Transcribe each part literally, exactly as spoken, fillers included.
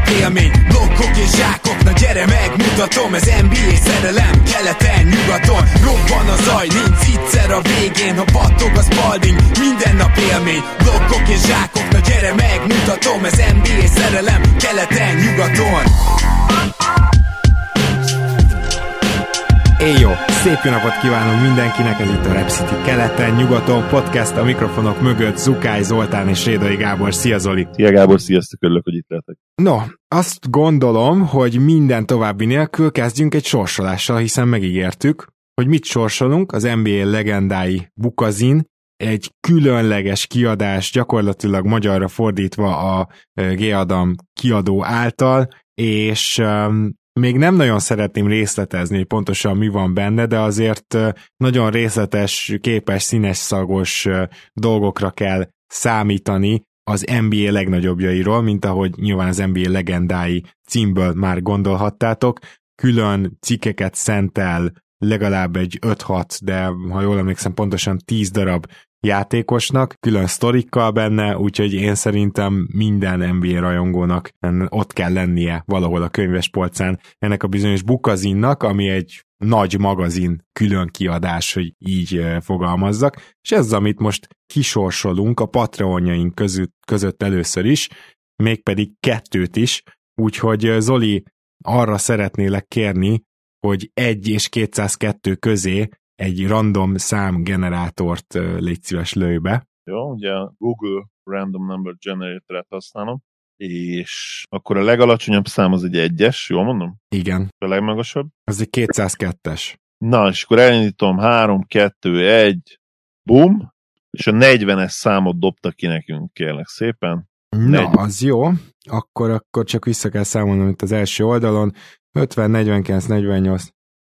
nap élmény, blokkok és zsákok, na gyere megmutatom, ez en bé á szerelem, keleten, nyugaton, robban a zaj, nincs egyszer a végén, ha battog az balding, minden nap élmény, blokkok és zsákok, na gyere megmutatom, ez en bé á szerelem, keleten, nyugaton. Éjjó! Szép jó napot kívánunk mindenkinek, ez itt a Rep City keleten, nyugaton podcast, a mikrofonok mögött Zukály Zoltán és Rédai Gábor. Szia Zoli! Szia Gábor, sziasztok, örülök, hogy itt lehetek. No, azt gondolom, hogy minden további nélkül kezdjünk egy sorsolással, hiszen megígértük, hogy mit sorsolunk, az en bé á legendái Bukazin, egy különleges kiadás, gyakorlatilag magyarra fordítva a G. Adam kiadó által, és um, még nem nagyon szeretném részletezni, hogy pontosan mi van benne, de azért nagyon részletes, képes, színes szagos dolgokra kell számítani az en bé á legnagyobbjairól, mint ahogy nyilván az en bé á legendái címből már gondolhattátok. Külön cikkeket szentel legalább egy öt-hat, de ha jól emlékszem pontosan tíz darab játékosnak, külön sztorikkal benne, úgyhogy én szerintem minden en bé á rajongónak ott kell lennie valahol a könyvespolcán ennek a bizonyos Bukazinnak, ami egy nagy magazin külön kiadás, hogy így fogalmazzak, és ez az, amit most kisorsolunk a Patreonjaink között, között először is, mégpedig kettőt is, úgyhogy Zoli, arra szeretnélek kérni, hogy egy és kétszázkettő közé egy random számgenerátort légy szíves lőj be. Jó, ugye a Google Random Number Generator-et használom, és akkor a legalacsonyabb szám az egy egyes, jól mondom? Igen. A legmagasabb? Az egy kétszázkettes. Na, és akkor elindítom három, kettő, egy, bum, és a negyvenes számot dobta ki nekünk, kérlek szépen. Na, negyven. Az jó. Akkor, akkor csak vissza kell számolnom itt az első oldalon. ötven, negyvenkilenc, negyvennyolc.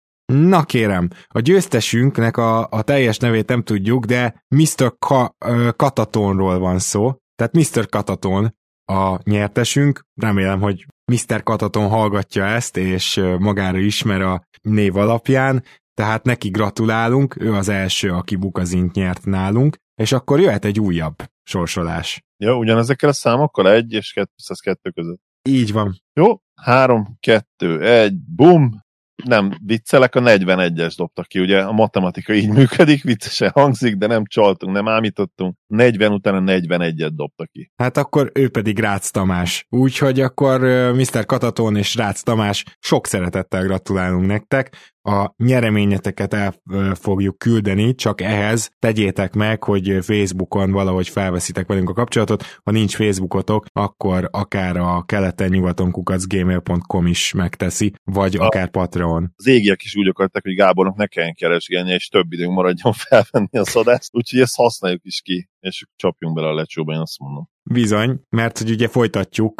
Na kérem, a győztesünknek a, a teljes nevét nem tudjuk, de miszter Ka, uh, Katatonról van szó. Tehát miszter Kataton a nyertesünk. Remélem, hogy miszter Kataton hallgatja ezt, és magára ismer a név alapján. Tehát neki gratulálunk, ő az első, aki Bukazint nyert nálunk, és akkor jöhet egy újabb sorsolás. Ja, ugyanezekkel a számokkal egy és kétszázkettő között. Így van. Jó, három, kettő, egy, bum! Nem viccelek, a negyvenegyes dobta ki, ugye a matematika így működik, viccesen hangzik, de nem csaltunk, nem ámítottunk, negyven után a negyvenegyet dobta ki. Hát akkor ő pedig Rácz Tamás. Úgyhogy akkor miszter Kataton és Rácz Tamás, sok szeretettel gratulálunk nektek. A nyereményeteket el fogjuk küldeni, csak ehhez tegyétek meg, hogy Facebookon valahogy felveszitek velünk a kapcsolatot. Ha nincs Facebookotok, akkor akár a keleten nyugaton kukac gmail pont com is megteszi, vagy a, akár Patreon. Az égiek is úgy akarták, hogy Gábornak ne kelljen keresgélnie, és több időnk maradjon felvenni a szadászt, úgyhogy ezt használjuk is ki, és csapjunk bele a lecsóba, én azt mondom. Bizony, mert hogy ugye folytatjuk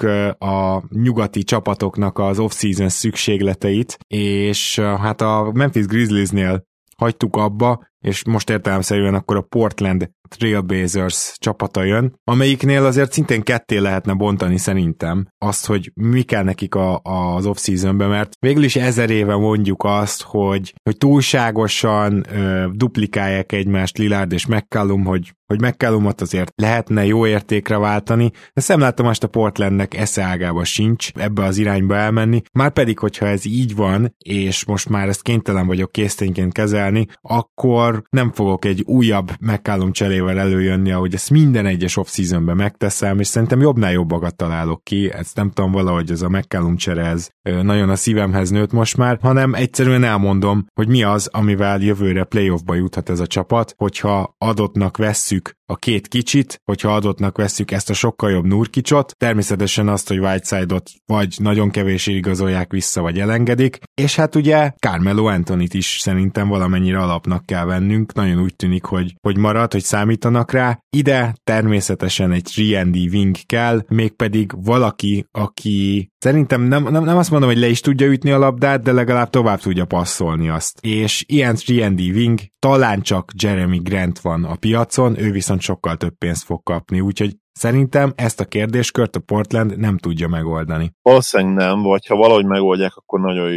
a nyugati csapatoknak az off-season szükségleteit, és hát a Memphis Grizzliesnél hagytuk abba, és most értelemszerűen akkor a Portland Trailblazers csapata jön, amelyiknél azért szintén ketté lehetne bontani szerintem azt, hogy mi kell nekik a, a, az off-seasonben, mert végül is ezer éve mondjuk azt, hogy, hogy túlságosan ö, duplikálják egymást Lillard és McCallum, hogy, hogy McCallumot azért lehetne jó értékre váltani, de szemlátom most a Portlandnek eszeágába sincs ebbe az irányba elmenni, már pedig, hogyha ez így van, és most már ezt kénytelen vagyok késztényként kezelni, akkor nem fogok egy újabb McCallum cserével előjönni, ahogy ezt minden egyes off-seasonben megteszem, és szerintem jobbnál jobbakat találok ki, ezt nem tudom, valahogy ez a McCallum csere ez nagyon a szívemhez nőtt most már, hanem egyszerűen elmondom, hogy mi az, amivel jövőre playoffba juthat ez a csapat, hogyha adottnak vesszük a két kicsit, hogyha adottnak vesszük ezt a sokkal jobb Nurkicsot, természetesen azt, hogy Whiteside-ot vagy nagyon kevés igazolják vissza, vagy elengedik, és hát ugye Carmelo Anthonyt is szerintem valamennyire alapnak kell vennünk, nagyon úgy tűnik, hogy, hogy marad, hogy számítanak rá. Ide természetesen egy három and D wing kell, mégpedig valaki, aki szerintem nem, nem, nem azt mondom, hogy le is tudja ütni a labdát, de legalább tovább tudja passzolni azt. És ilyen három and D wing talán csak Jeremy Grant van a piacon, ő viszont sokkal több pénzt fog kapni, úgyhogy szerintem ezt a kérdéskört a Portland nem tudja megoldani. Valószínűleg nem, vagy ha valahogy megoldják, akkor nagyon jó.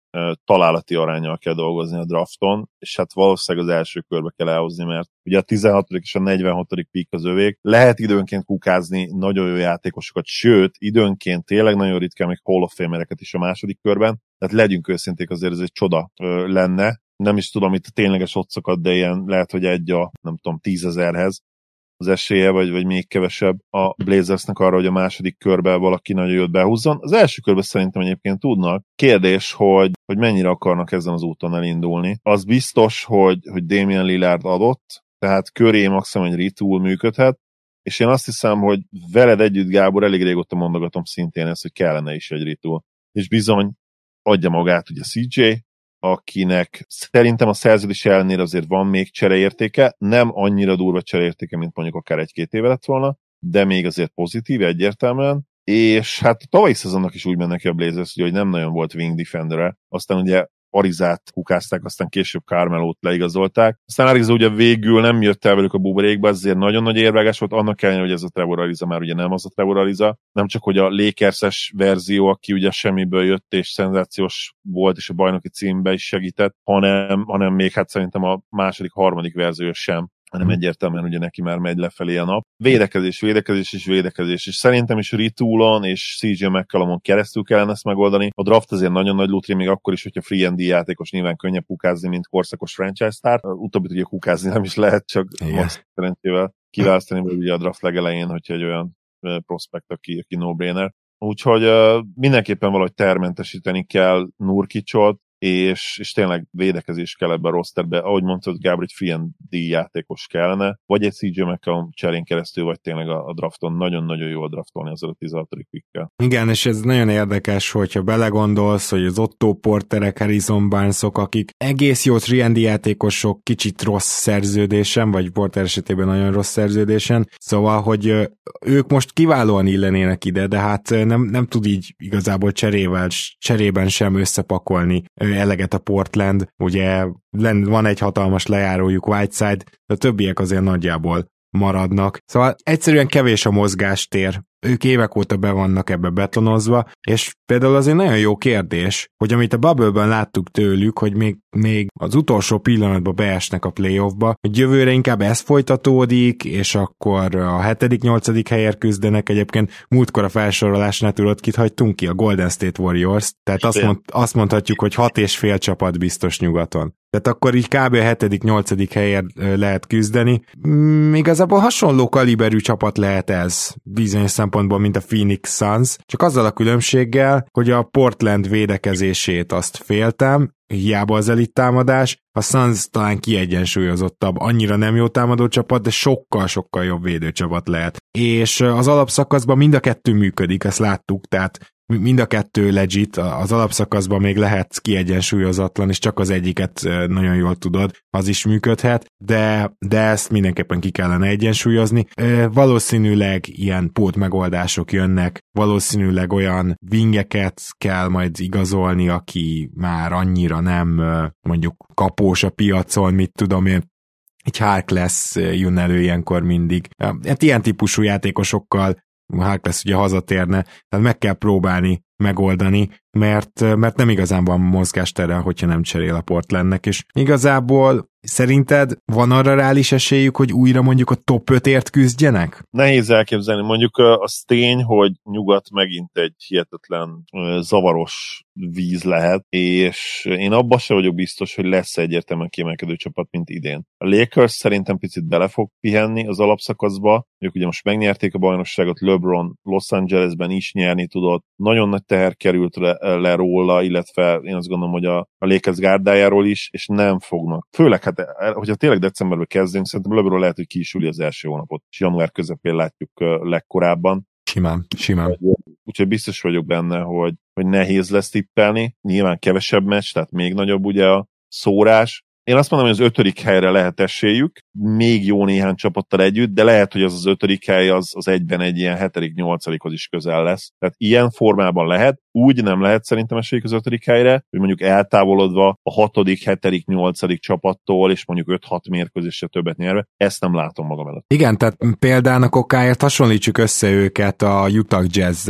találati aránnyal kell dolgozni a drafton, és hát valószínűleg az első körbe kell elhozni, mert ugye a tizenhatodik és a negyvenhatodik pick az övék. Lehet időnként kukázni nagyon jó játékosokat, sőt, időnként tényleg nagyon ritkán még Hall of Famereket is a második körben, tehát legyünk őszinték, azért ez egy csoda lenne. Nem is tudom itt a tényleges odszokat, de ilyen lehet, hogy egy a, nem tudom, tízezerhez az esélye, vagy, vagy még kevesebb a Blazersnek arra, hogy a második körben valaki nagyon jót behúzzon. Az első körben szerintem egyébként tudnak. Kérdés, hogy, hogy mennyire akarnak ezen az úton elindulni. Az biztos, hogy, hogy Damian Lillard adott, tehát köré maximum egy retool működhet, és én azt hiszem, hogy veled együtt, Gábor, elég régóta mondogatom szintén ezt, hogy kellene is egy retool. És bizony adja magát ugye cé jé, akinek szerintem a szerződés ellenére azért van még csereértéke, nem annyira durva csereértéke, mint mondjuk akár egy-két éve lett volna, de még azért pozitív egyértelműen, és hát a tavalyi szezonnak is úgy ment neki a Blazers, hogy nem nagyon volt wing defendere, aztán ugye Arizát kukázták, aztán később Carmelót leigazolták. Aztán Ariza ugye végül nem jött el velük a buborékba, ezért nagyon nagy érvágás volt, annak ellenére, hogy ez a Trevor Ariza már ugye nem az a Trevor Ariza, nem csak hogy a Lakers-es verzió, aki ugye semmiből jött és szenzációs volt, és a bajnoki címbe is segített, hanem, hanem még hát szerintem a második, harmadik verzió sem, hanem egyértelműen ugye neki már megy lefelé a nap. Védekezés, védekezés és védekezés, és szerintem is retoolon és cé jé McCollumon keresztül kellene ezt megoldani. A draft azért nagyon nagy lutri, még akkor is, hogyha free and D játékos nyilván könnyebb kukázni, mint korszakos franchise star. Utóbbit ugye kukázni nem is lehet, csak most szerencsével kiválasztani, vagy ugye a draft legelején, hogyha egy olyan prospekt, aki, aki no-brainer. Úgyhogy uh, mindenképpen valahogy termentesíteni kell Nurkicsot, és, és tényleg védekezés kell ebbe a rosterbe. Ahogy mondtad, Gábor, egy free and D játékos kellene, vagy egy cé jé McCollum cserén keresztül, vagy tényleg a, a drafton nagyon-nagyon jól draftolni az a tizenhatodik pickkel. Igen, és ez nagyon érdekes, hogyha belegondolsz, hogy az Otto Porterek, Harrison Barnesok, akik egész jó free and D játékosok, kicsit rossz szerződésen, vagy Porter esetében nagyon rossz szerződésen, szóval, hogy ők most kiválóan illenének ide, de hát nem, nem tud így igazából cserével, cserében sem összepakolni eleget a Portland, ugye van egy hatalmas lejárójuk Whiteside, de a többiek azért nagyjából maradnak. Szóval egyszerűen kevés a mozgástér. Ők évek óta be vannak ebbe betonozva, és például azért nagyon jó kérdés, hogy amit a Bubble-ben láttuk tőlük, hogy még, még az utolsó pillanatban beesnek a playoffba, hogy jövőre inkább ez folytatódik, és akkor a hetedik, nyolcadik helyért küzdenek. Egyébként múltkor a felsorolásnál tudod, kit hagytunk ki? A Golden State Warriors, tehát azt, mond, azt mondhatjuk, hogy hat és fél csapat biztos nyugaton. Tehát akkor így kb. A hetedik, nyolcadik helyért lehet küzdeni. Mm, igazából hasonló kaliberű csapat lehet ez bizonyos szempontból, mint a Phoenix Suns, csak azzal a különbséggel, hogy a Portland védekezését azt féltem, hiába az elit támadás, a Suns talán kiegyensúlyozottabb, annyira nem jó támadó csapat, de sokkal-sokkal jobb védőcsapat lehet. És az alapszakaszban mind a kettő működik, ezt láttuk, tehát mind a kettő legit, az alapszakaszban még lehet kiegyensúlyozatlan, és csak az egyiket nagyon jól tudod, az is működhet, de, de ezt mindenképpen ki kellene egyensúlyozni. Valószínűleg ilyen pót megoldások jönnek, valószínűleg olyan wingeket kell majd igazolni, aki már annyira nem mondjuk kapós a piacon, mit tudom én, egy Harkless jön elő ilyenkor mindig. Hát ilyen típusú játékosokkal Harkless ugye hazatérne, tehát meg kell próbálni megoldani, mert, mert nem igazán van mozgástere, hogyha nem cserél a Portlandnek, és igazából szerinted van arra reális esélyük, hogy újra mondjuk a top ötért küzdjenek? Nehéz elképzelni, mondjuk az tény, hogy nyugat megint egy hihetetlen zavaros víz lehet, és én abban sem vagyok biztos, hogy lesz egyértelműen kiemelkedő csapat, mint idén. A Lakers szerintem picit bele fog pihenni az alapszakaszba, ők ugye most megnyerték a bajnokságot, LeBron Los Angelesben is nyerni tudott, nagyon nagy teher került le, le róla, illetve én azt gondolom, hogy a, a Lakers gárdájáról is, és nem fognak. Főleg, hát, hogyha tényleg decemberben kezdünk, szerintem LeBron lehet, hogy ki is üli az első hónapot, és január közepén látjuk legkorábban. Simán, simán. Úgyhogy biztos vagyok benne, hogy, hogy nehéz lesz tippelni. Nyilván kevesebb meccs, tehát még nagyobb ugye a szórás. Én azt mondom, hogy az ötödik helyre lehet esélyük, még jó néhány csapattal együtt, de lehet, hogy az az ötödik hely az, az egyben egy ilyen hetedik, nyolcadikhoz is közel lesz. Tehát ilyen formában lehet, úgy nem lehet szerintem esélyük az ötödik helyre, hogy mondjuk eltávolodva a hatodik, hetedik, nyolcadik csapattól, és mondjuk öt-hat mérkőzésre többet nyerve, ezt nem látom magam előtt. Igen, tehát példának okáért hasonlítsuk össze őket a Utah Jazz-zel.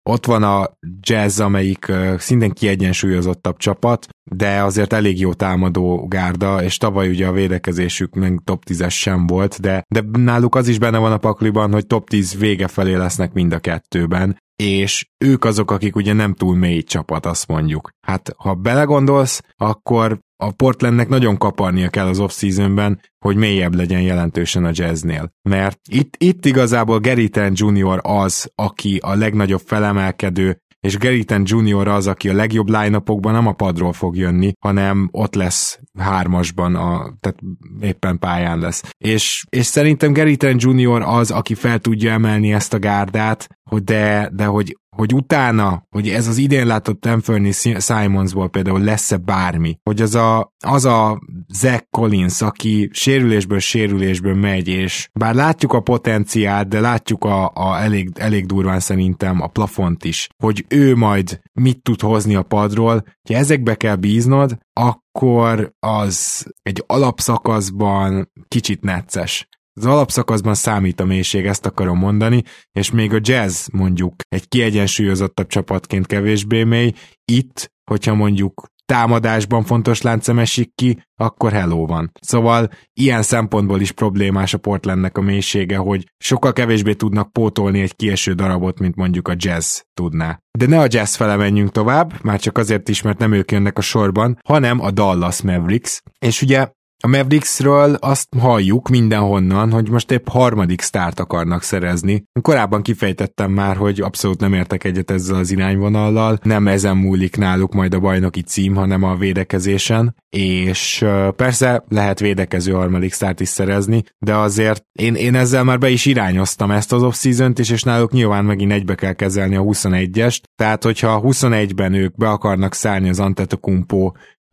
ott van a Jazz, amelyik szintén kiegyensúlyozottabb csapat, de azért elég jó támadó gárda, és tavaly ugye a védekezésük meg top tízes sem volt, de, de náluk az is benne van a pakliban, hogy top tíz vége felé lesznek mind a kettőben, és ők azok, akik ugye nem túl mély csapat, azt mondjuk. Hát, ha belegondolsz, akkor a Portlandnek nagyon kaparnia kell az off-seasonben, hogy mélyebb legyen jelentősen a Jazznél. Mert itt, itt igazából Gary Trent junior az, aki a legnagyobb felemelkedő, és Gary Trent junior az, aki a legjobb line-upokban nem a padról fog jönni, hanem ott lesz hármasban, a, tehát éppen pályán lesz. És, és szerintem Gary Trent junior az, aki fel tudja emelni ezt a gárdát, hogy de, de hogy, hogy utána, hogy ez az idén látott Anthony Simonsból például lesz-e bármi, hogy az a, az a Zach Collins, aki sérülésből sérülésből megy, és bár látjuk a potenciált, de látjuk a, a elég, elég durván szerintem a plafont is, hogy ő majd mit tud hozni a padról, ha ezekbe kell bíznod, akkor az egy alapszakaszban kicsit necces. Az alapszakaszban számít a mélység, ezt akarom mondani, és még a Jazz mondjuk egy kiegyensúlyozottabb csapatként kevésbé mély, itt, hogyha mondjuk támadásban fontos láncem esik ki, akkor hello van. Szóval ilyen szempontból is problémás a Portlandnek a mélysége, hogy sokkal kevésbé tudnak pótolni egy kieső darabot, mint mondjuk a Jazz tudná. De ne a Jazz fele menjünk tovább, már csak azért is, mert nem ők jönnek a sorban, hanem a Dallas Mavericks. És ugye a Mavericksről azt halljuk mindenhonnan, hogy most épp harmadik sztárt akarnak szerezni. Korábban kifejtettem már, hogy abszolút nem értek egyet ezzel az irányvonallal, nem ezen múlik náluk majd a bajnoki cím, hanem a védekezésen, és persze lehet védekező harmadik sztárt is szerezni, de azért én, én ezzel már be is irányoztam ezt az off-season-t is, és náluk nyilván megint egybe kell kezelni a huszonegyest, tehát hogyha a huszonegyben ők be akarnak szállni az Antetokounmpo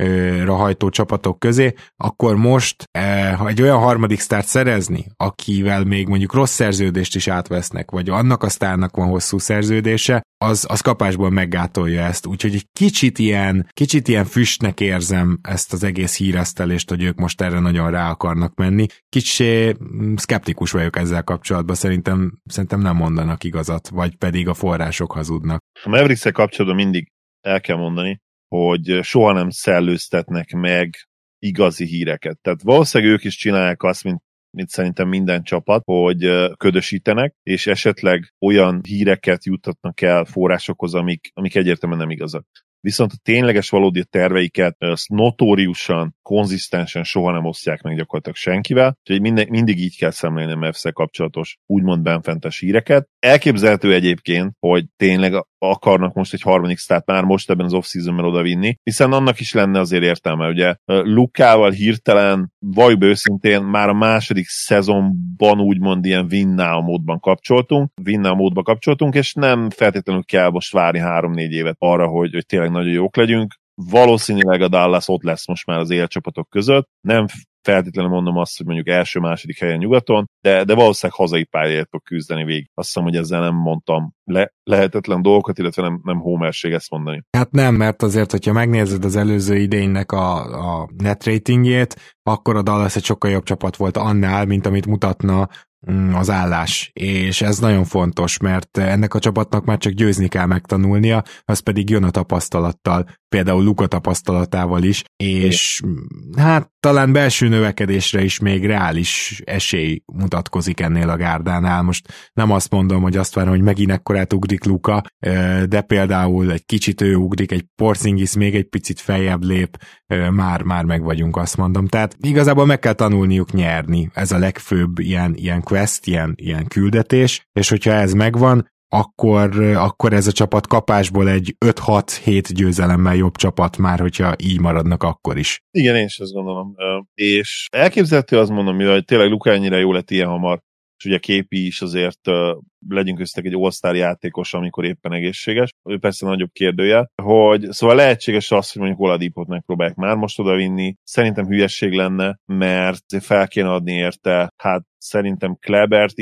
hajtó csapatok közé, akkor most ha egy olyan harmadik sztárt szerezni, akivel még mondjuk rossz szerződést is átvesznek, vagy annak a sztárnak van hosszú szerződése, az, az kapásból meggátolja ezt. Úgyhogy egy kicsit ilyen, kicsit ilyen füstnek érzem ezt az egész híresztelést, hogy ők most erre nagyon rá akarnak menni. Kicsi szkeptikus vagyok ezzel kapcsolatban, szerintem, szerintem nem mondanak igazat, vagy pedig a források hazudnak. A Mavericks-el kapcsolatban mindig el kell mondani, hogy soha nem szellőztetnek meg igazi híreket. Tehát valószínűleg ők is csinálják azt, mint, mint szerintem minden csapat, hogy ködösítenek, és esetleg olyan híreket juttatnak el forrásokhoz, amik, amik egyértelműen nem igazak. Viszont a tényleges valódi terveiket azt notóriusan, konzisztensen soha nem osztják meg gyakorlatilag senkivel, úgyhogy minden, mindig így kell szemlélni a Mavs-szel kapcsolatos úgymond benfentes híreket. Elképzelhető egyébként, hogy tényleg akarnak most egy harmadik sztárt már most ebben az off-seasonben odavinni, hiszen annak is lenne azért értelme, ugye Lukával hirtelen, vagy őszintén már a második szezonban úgymond ilyen win now módban kapcsoltunk, win now módban kapcsoltunk, és nem feltétlenül kell most várni három-négy évet arra, hogy, hogy tényleg nagyon jók legyünk. Valószínűleg a Dallas ott lesz most már az élcsapatok között, nem feltétlenül mondom azt, hogy mondjuk első-második helyen nyugaton, de, de valószínűleg hazai pályáért fog küzdeni végig. Azt hiszem, hogy ezzel nem mondtam le, lehetetlen dolgokat, illetve nem, nem homerség ezt mondani. Hát nem, mert azért, hogyha megnézed az előző idénynek a, a net ratingjét, akkor a Dallas egy sokkal jobb csapat volt annál, mint amit mutatna az állás, és ez nagyon fontos, mert ennek a csapatnak már csak győzni kell megtanulnia, az pedig jön a tapasztalattal, például Luka tapasztalatával is, és hát talán belső növekedésre is még reális esély mutatkozik ennél a gárdánál. Most nem azt mondom, hogy azt várom, hogy megint ekkorát ugrik Luka, de például egy kicsit ő ugrik, egy Porzingis még egy picit feljebb lép, már, már meg vagyunk, azt mondom. Tehát igazából meg kell tanulniuk nyerni, ez a legfőbb ilyen, ilyen quest, ilyen, ilyen küldetés, és hogyha ez megvan, akkor, akkor ez a csapat kapásból egy öt-hat-hét győzelemmel jobb csapat már, hogyha így maradnak akkor is. Igen, én is azt gondolom. És elképzelhető azt mondom, hogy tényleg Luka ennyire jó lett ilyen hamar, és ugye Képi is azért legyünk köztek egy all-star játékos, amikor éppen egészséges. Ő persze nagyobb kérdője, hogy szóval lehetséges az, hogy mondjuk Oladipot megpróbálják már most odavinni. Szerintem hülyesség lenne, mert fel kéne adni érte, hát szerintem Klebert is,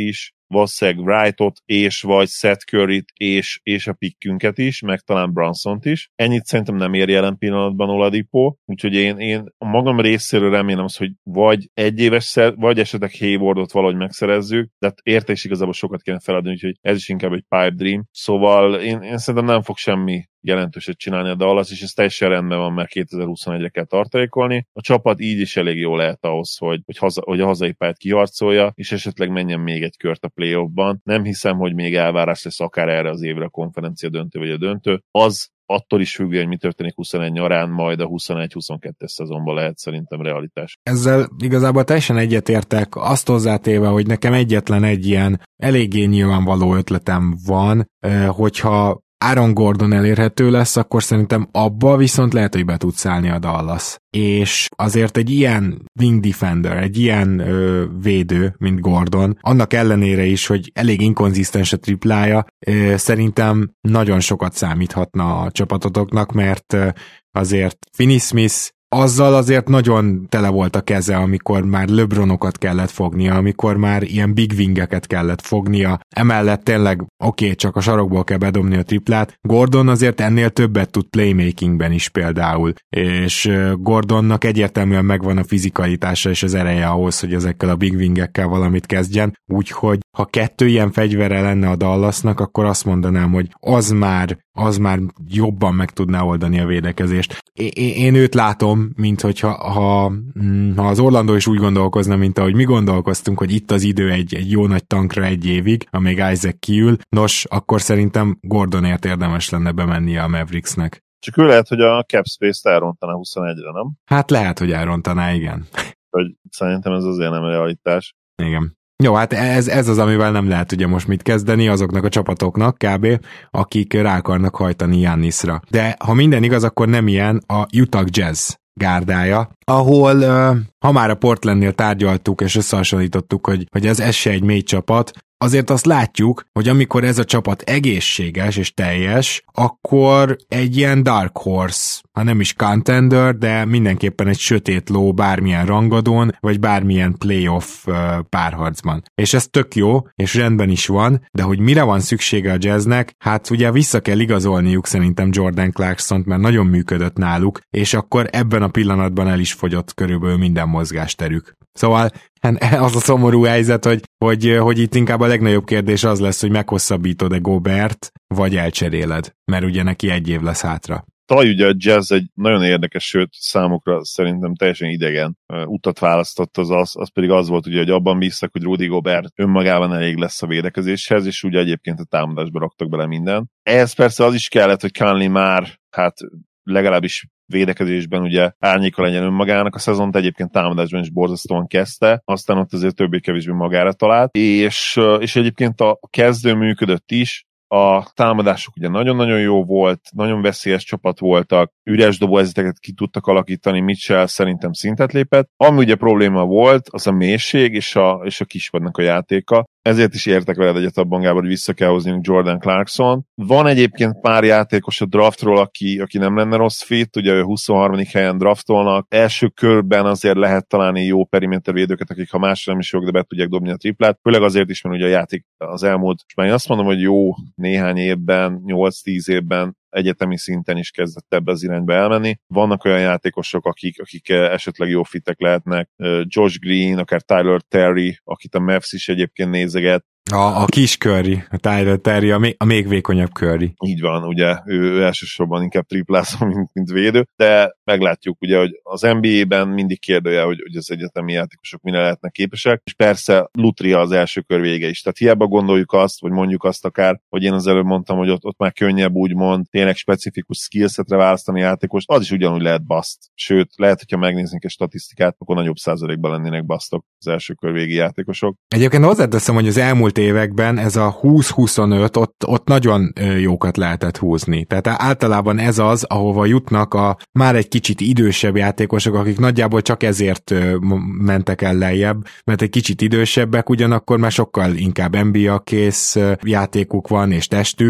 valószínűleg Wrightot, és vagy Seth Curryt, és, és a pickünket is, meg talán Brunsont is. Ennyit szerintem nem ér jelen pillanatban Oladipo, úgyhogy én, én a magam részéről remélem azt, hogy vagy egy éves, vagy esetleg Haywardot valahogy megszerezzük, de hát érte is igazából sokat kéne feladni, úgyhogy ez is inkább egy pipe dream. Szóval én, én szerintem nem fog semmi jelentőset csinálni a Dallas, és ez teljesen rendben van, mert kétezer-huszonegyre kell tartalékolni. A csapat így is elég jó lehet ahhoz, hogy, hogy, haza, hogy a hazai pályát kiharcolja, és esetleg menjen még egy kört a playoffban. Nem hiszem, hogy még elvárás lesz akár erre az évre a konferencia döntő vagy a döntő. Az attól is függő, hogy mi történik huszonegy nyarán, majd a huszonegy-huszonkettes szezonban lehet szerintem realitás. Ezzel igazából teljesen egyetértek, azt hozzátéve, hogy nekem egyetlen egy ilyen eléggé nyilvánvaló ötletem van, hogyha Aaron Gordon elérhető lesz, akkor szerintem abba viszont lehet, hogy be tudsz állni a Dallas. És azért egy ilyen wing defender, egy ilyen ö, védő, mint Gordon, annak ellenére is, hogy elég inkonzisztens a triplája, ö, szerintem nagyon sokat számíthatna a csapatotoknak, mert ö, azért Finney-Smith azzal azért nagyon tele volt a keze, amikor már LeBronokat kellett fognia, amikor már ilyen big wingeket kellett fognia. Emellett tényleg oké, okay, csak a sarokból kell bedobni a triplát. Gordon azért ennél többet tud playmakingben is például, és Gordonnak egyértelműen megvan a fizikalitása és az ereje ahhoz, hogy ezekkel a big wingekkel valamit kezdjen, úgyhogy ha kettő ilyen fegyvere lenne a Dallasnak, akkor azt mondanám, hogy az már az már jobban meg tudná oldani a védekezést. É- én őt látom, mint hogyha ha, ha az Orlando is úgy gondolkozna, mint ahogy mi gondolkoztunk, hogy itt az idő egy, egy jó nagy tankra egy évig, amíg Isaac kiül, nos, akkor szerintem Gordonért érdemes lenne bemennie a Mavericksnek. Csak ő lehet, hogy a cap space-t elrontaná huszonegyre, nem? Hát lehet, hogy elrontaná, igen. Hogy szerintem ez azért nem realitás. Igen. Jó, hát ez, ez az, amivel nem lehet ugye most mit kezdeni azoknak a csapatoknak kb., akik rá akarnak hajtani Giannisra. De ha minden igaz, akkor nem ilyen a Utah Jazz gárdája, ahol uh, ha már a Portlandnél tárgyaltuk és összehasonlítottuk, hogy, hogy ez, ez se egy mély csapat, azért azt látjuk, hogy amikor ez a csapat egészséges és teljes, akkor egy ilyen dark horse, ha nem is contender, de mindenképpen egy sötét ló bármilyen rangadón, vagy bármilyen playoff párharcban. És ez tök jó, és rendben is van, de hogy mire van szüksége a Jazznek, hát ugye vissza kell igazolniuk szerintem Jordan Clarksont, mert nagyon működött náluk, és akkor ebben a pillanatban el is fogyott körülbelül minden mozgásterük. Szóval az a szomorú helyzet, hogy, hogy, hogy itt inkább a legnagyobb kérdés az lesz, hogy meghosszabbítod-e Gobert, vagy elcseréled, mert ugye neki egy év lesz hátra. Talán ugye a Jazz egy nagyon érdekes, sőt számukra szerintem teljesen idegen utat választott, az, az, az pedig az volt, ugye, hogy abban bíztak, hogy Rudy Gobert önmagában elég lesz a védekezéshez, és ugye egyébként a támadásba raktak bele minden. Ehhez persze az is kellett, hogy Conley már, hát legalábbis védekezésben ugye árnyéka legyen önmagának, a szezont egyébként támadásban is borzasztóan kezdte, aztán ott azért többé-kevésbé magára talált, és, és egyébként a kezdő működött is, a támadások ugye nagyon-nagyon jó volt, nagyon veszélyes csapat voltak, üres dobóhelyzeteket ki tudtak alakítani, Mitchell szerintem szintet lépett. Ami ugye probléma volt, az a mélység és a, és a kispadnak a játéka. Ezért is értek veled egyet abban, Gábor, hogy vissza kell hozni Jordan Clarkson. Van egyébként pár játékos a draftról, aki, aki nem lenne rossz fit, ugye ő huszonharmadik helyen draftolnak. Első körben azért lehet találni jó perimétervédőket, akik ha másra nem is jók, de be tudják dobni a triplát. Főleg azért is, mert ugye a játék az elmúlt, és már én azt mondom, hogy jó néhány évben, nyolc-tíz évben egyetemi szinten is kezdett ebbe az irányba elmenni. Vannak olyan játékosok, akik, akik esetleg jó fitek lehetnek. Josh Green, akár Tyler Terry, akit a Mavs is egyébként nézeget. A, a kis Curry, a Tyler Terry, a még, a még vékonyabb Curry. Így van, ugye, ő, ő elsősorban inkább triplázó, mint, mint védő, de meglátjuk, ugye, hogy az en bé á-ben mindig kérdője, hogy, hogy az egyetemi játékosok mire lehetnek képesek, és persze Lutria az első kör vége is. Tehát hiába gondoljuk azt, vagy mondjuk azt akár, hogy én az előbb mondtam, hogy ott, ott már könnyebb úgymond tényleg specifikus skillsetre választani játékost, az is ugyanúgy lehet bust. Sőt, lehet, hogyha megnéznénk egy statisztikát, akkor nagyobb százalékban lennének bustok az első kör végi játékosok. Egyébként hozzáteszem, hogy az elmúlt években ez a húsz-huszonöt, ott, ott nagyon jókat lehetett húzni. Tehát általában ez az, ahova jutnak a már egy kicsit idősebb játékosok, akik nagyjából csak ezért mentek el lejjebb, mert egy kicsit idősebbek, ugyanakkor már sokkal inkább en bé á kész játékuk van és testük,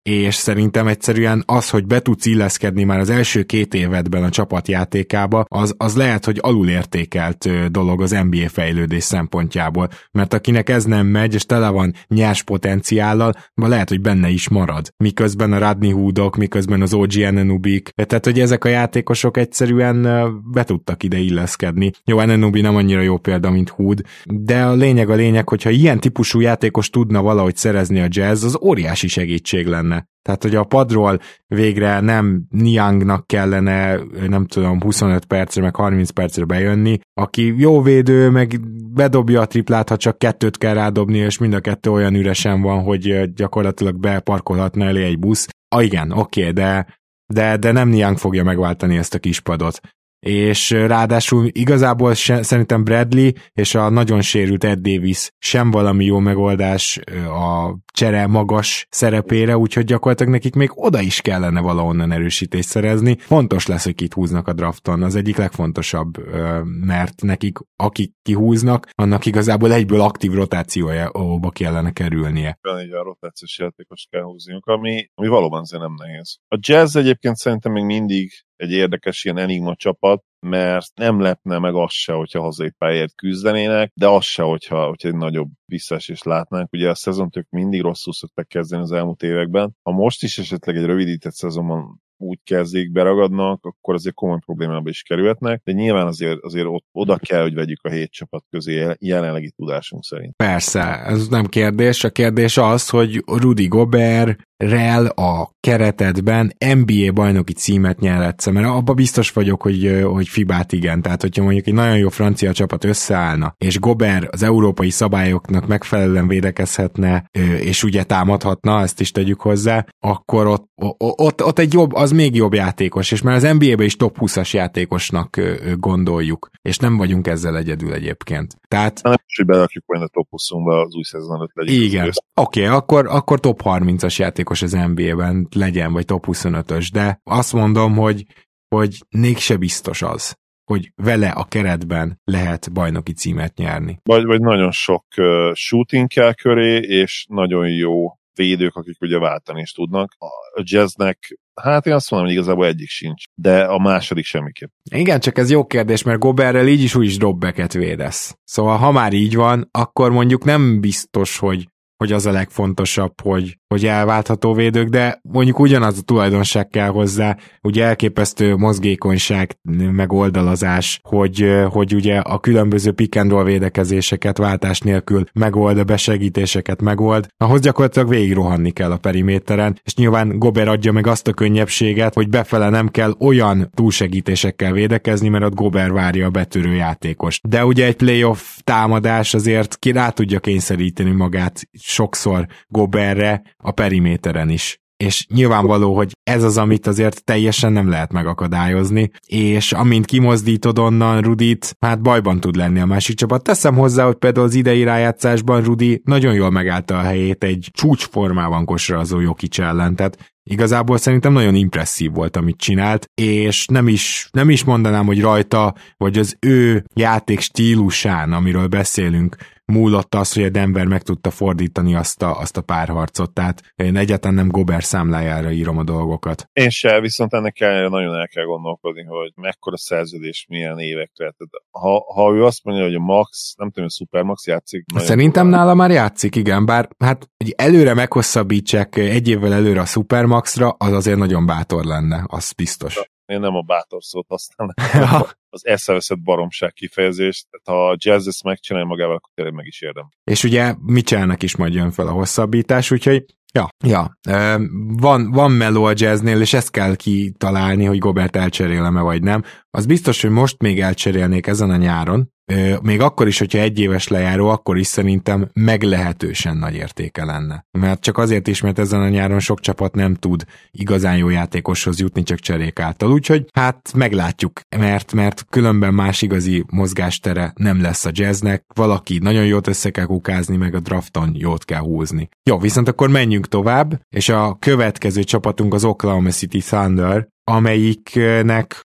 és szerintem egyszerűen az, hogy be tudsz illeszkedni már az első két évedben a csapatjátékába, az, az lehet, hogy alulértékelt dolog az en bé á fejlődés szempontjából, mert akinek ez nem megy, és tele van nyers potenciállal, lehet, hogy benne is marad. Miközben a Rodney Hoodok, miközben az o gé Anunobik, tehát hogy ezek a játékosok egyszerűen be tudtak ide illeszkedni. Jó, Anunoby nem annyira jó példa, mint Hood, de a lényeg a lényeg, hogyha ilyen típusú játékos tudna valahogy szerezni a Jazz, az óriási segítség lenne. Tehát, hogy a padról végre nem Niangnak kellene, nem tudom, huszonöt percre, meg harminc percre bejönni, aki jó védő, meg bedobja a triplát, ha csak kettőt kell rádobni, és mind a kettő olyan üresen van, hogy gyakorlatilag beparkolhatna elé egy busz. Ah, igen, oké, okay, de, de, de nem Niang fogja megváltani ezt a kispadot. És ráadásul igazából se, szerintem Bradley és a nagyon sérült Ed Davis sem valami jó megoldás a csere magas szerepére, úgyhogy gyakorlatilag nekik még oda is kellene valahonnan erősítést szerezni. Fontos lesz, hogy kit húznak a drafton, az egyik legfontosabb, mert nekik, akik kihúznak, annak igazából egyből aktív rotációjába kellene kerülnie. Van egy a rotációs játékos kell húzniuk, ami, ami valóban azért nem nehéz. A Jazz egyébként szerintem még mindig egy érdekes ilyen enigma csapat, mert nem lepne meg az se, hogyha hazai pályáért küzdenének, de az se, hogyha, hogyha egy nagyobb visszaesést látnánk. Ugye a szezont ők mindig rosszul szoktak kezdeni az elmúlt években. Ha most is esetleg egy rövidített szezonban úgy kezdik, beragadnak, akkor azért komoly problémába is kerülhetnek, de nyilván azért, azért ott, oda kell, hogy vegyük a hét csapat közé jelenlegi tudásunk szerint. Persze, ez nem kérdés. A kérdés az, hogy Rudy Gobert rel a keretedben en bé á bajnoki címet nyerhetsz, mert abban biztos vagyok, hogy, hogy Fibát igen, tehát hogyha mondjuk egy nagyon jó francia csapat összeállna, és Gobert az európai szabályoknak megfelelően védekezhetne, és ugye támadhatna, ezt is tegyük hozzá, akkor ott, ott, ott egy jobb, az még jobb játékos, és már az en bé á-ben is top húszas játékosnak gondoljuk, és nem vagyunk ezzel egyedül egyébként. Tehát... Nem is, hogy berakjuk majd a top húszba az új szezon előtt legyen. Igen, oké, okay, akkor, akkor top harmincas játékos az en bé á-ben legyen, vagy top huszonötös, de azt mondom, hogy, hogy mégse biztos az, hogy vele a keretben lehet bajnoki címet nyerni. Vagy, vagy nagyon sok uh, shooting kell köré, és nagyon jó védők, akik ugye váltani is tudnak. A Jazznek, hát én azt mondom, hogy igazából egyik sincs, de a második semmiképp. Igen, csak ez jó kérdés, mert Goberrel így is úgy is dropbacket védesz. Szóval ha már így van, akkor mondjuk nem biztos, hogy hogy az a legfontosabb, hogy, hogy elváltható védők, de mondjuk ugyanaz a tulajdonság kell hozzá, ugye elképesztő mozgékonyság, megoldalazás, hogy, hogy ugye a különböző pick and roll védekezéseket váltás nélkül megold, a besegítéseket megold, ahhoz gyakorlatilag végig rohanni kell a periméteren, és nyilván Gobert adja meg azt a könnyebbséget, hogy befele nem kell olyan túlsegítésekkel védekezni, mert ott Gobert várja a betörő játékost. De ugye egy playoff támadás azért ki rá tudja kényszeríteni magát sokszor Goberre a periméteren is. És nyilvánvaló, hogy ez az, amit azért teljesen nem lehet megakadályozni, és amint kimozdítod onnan Rudit, hát bajban tud lenni a másik csapat. Teszem hozzá, hogy például az idei rájátszásban Rudi nagyon jól megállta a helyét egy csúcsformában kosrazó Jokic ellen, tehát igazából szerintem nagyon impresszív volt, amit csinált, és nem is, nem is mondanám, hogy rajta, vagy az ő játék stílusán, amiről beszélünk, múlott az, hogy a Denver meg tudta fordítani azt a, azt a párharcot, tehát én egyáltalán nem Gobert számlájára írom a dolgokat. Én se, viszont ennek kell, nagyon el kell gondolkodni, hogy mekkora szerződés, milyen évekre. Ha, ha ő azt mondja, hogy a Max, nem tudom, hogy a Supermax játszik. Szerintem nála már játszik, igen, bár hát egy előre meghosszabbítsák egy évvel előre a Supermaxra, az azért nagyon bátor lenne, az biztos. Én nem a bátor szót használom. Az eszeveszett baromság kifejezést, tehát ha a Jazz ezt megcsinálja magával, akkor tényleg meg is érdem. És ugye Mitchellnek is majd jön fel a hosszabbítás, úgyhogy ja, ja. Van, van meló a Jazznél, és ezt kell kitalálni, hogy Gobert elcserélem-e vagy nem. Az biztos, hogy most még elcserélnék ezen a nyáron, még akkor is, hogyha egy éves lejáró, akkor is szerintem meglehetősen nagy értéke lenne. Mert csak azért is, mert ezen a nyáron sok csapat nem tud igazán jó játékoshoz jutni, csak cserék által. Úgyhogy hát meglátjuk, mert, mert különben más igazi mozgástere nem lesz a Jazznek. Valaki nagyon jót össze kell kukázni, meg a drafton jót kell húzni. Jó, viszont akkor menjünk tovább, és a következő csapatunk az Oklahoma City Thunder, amelyiknek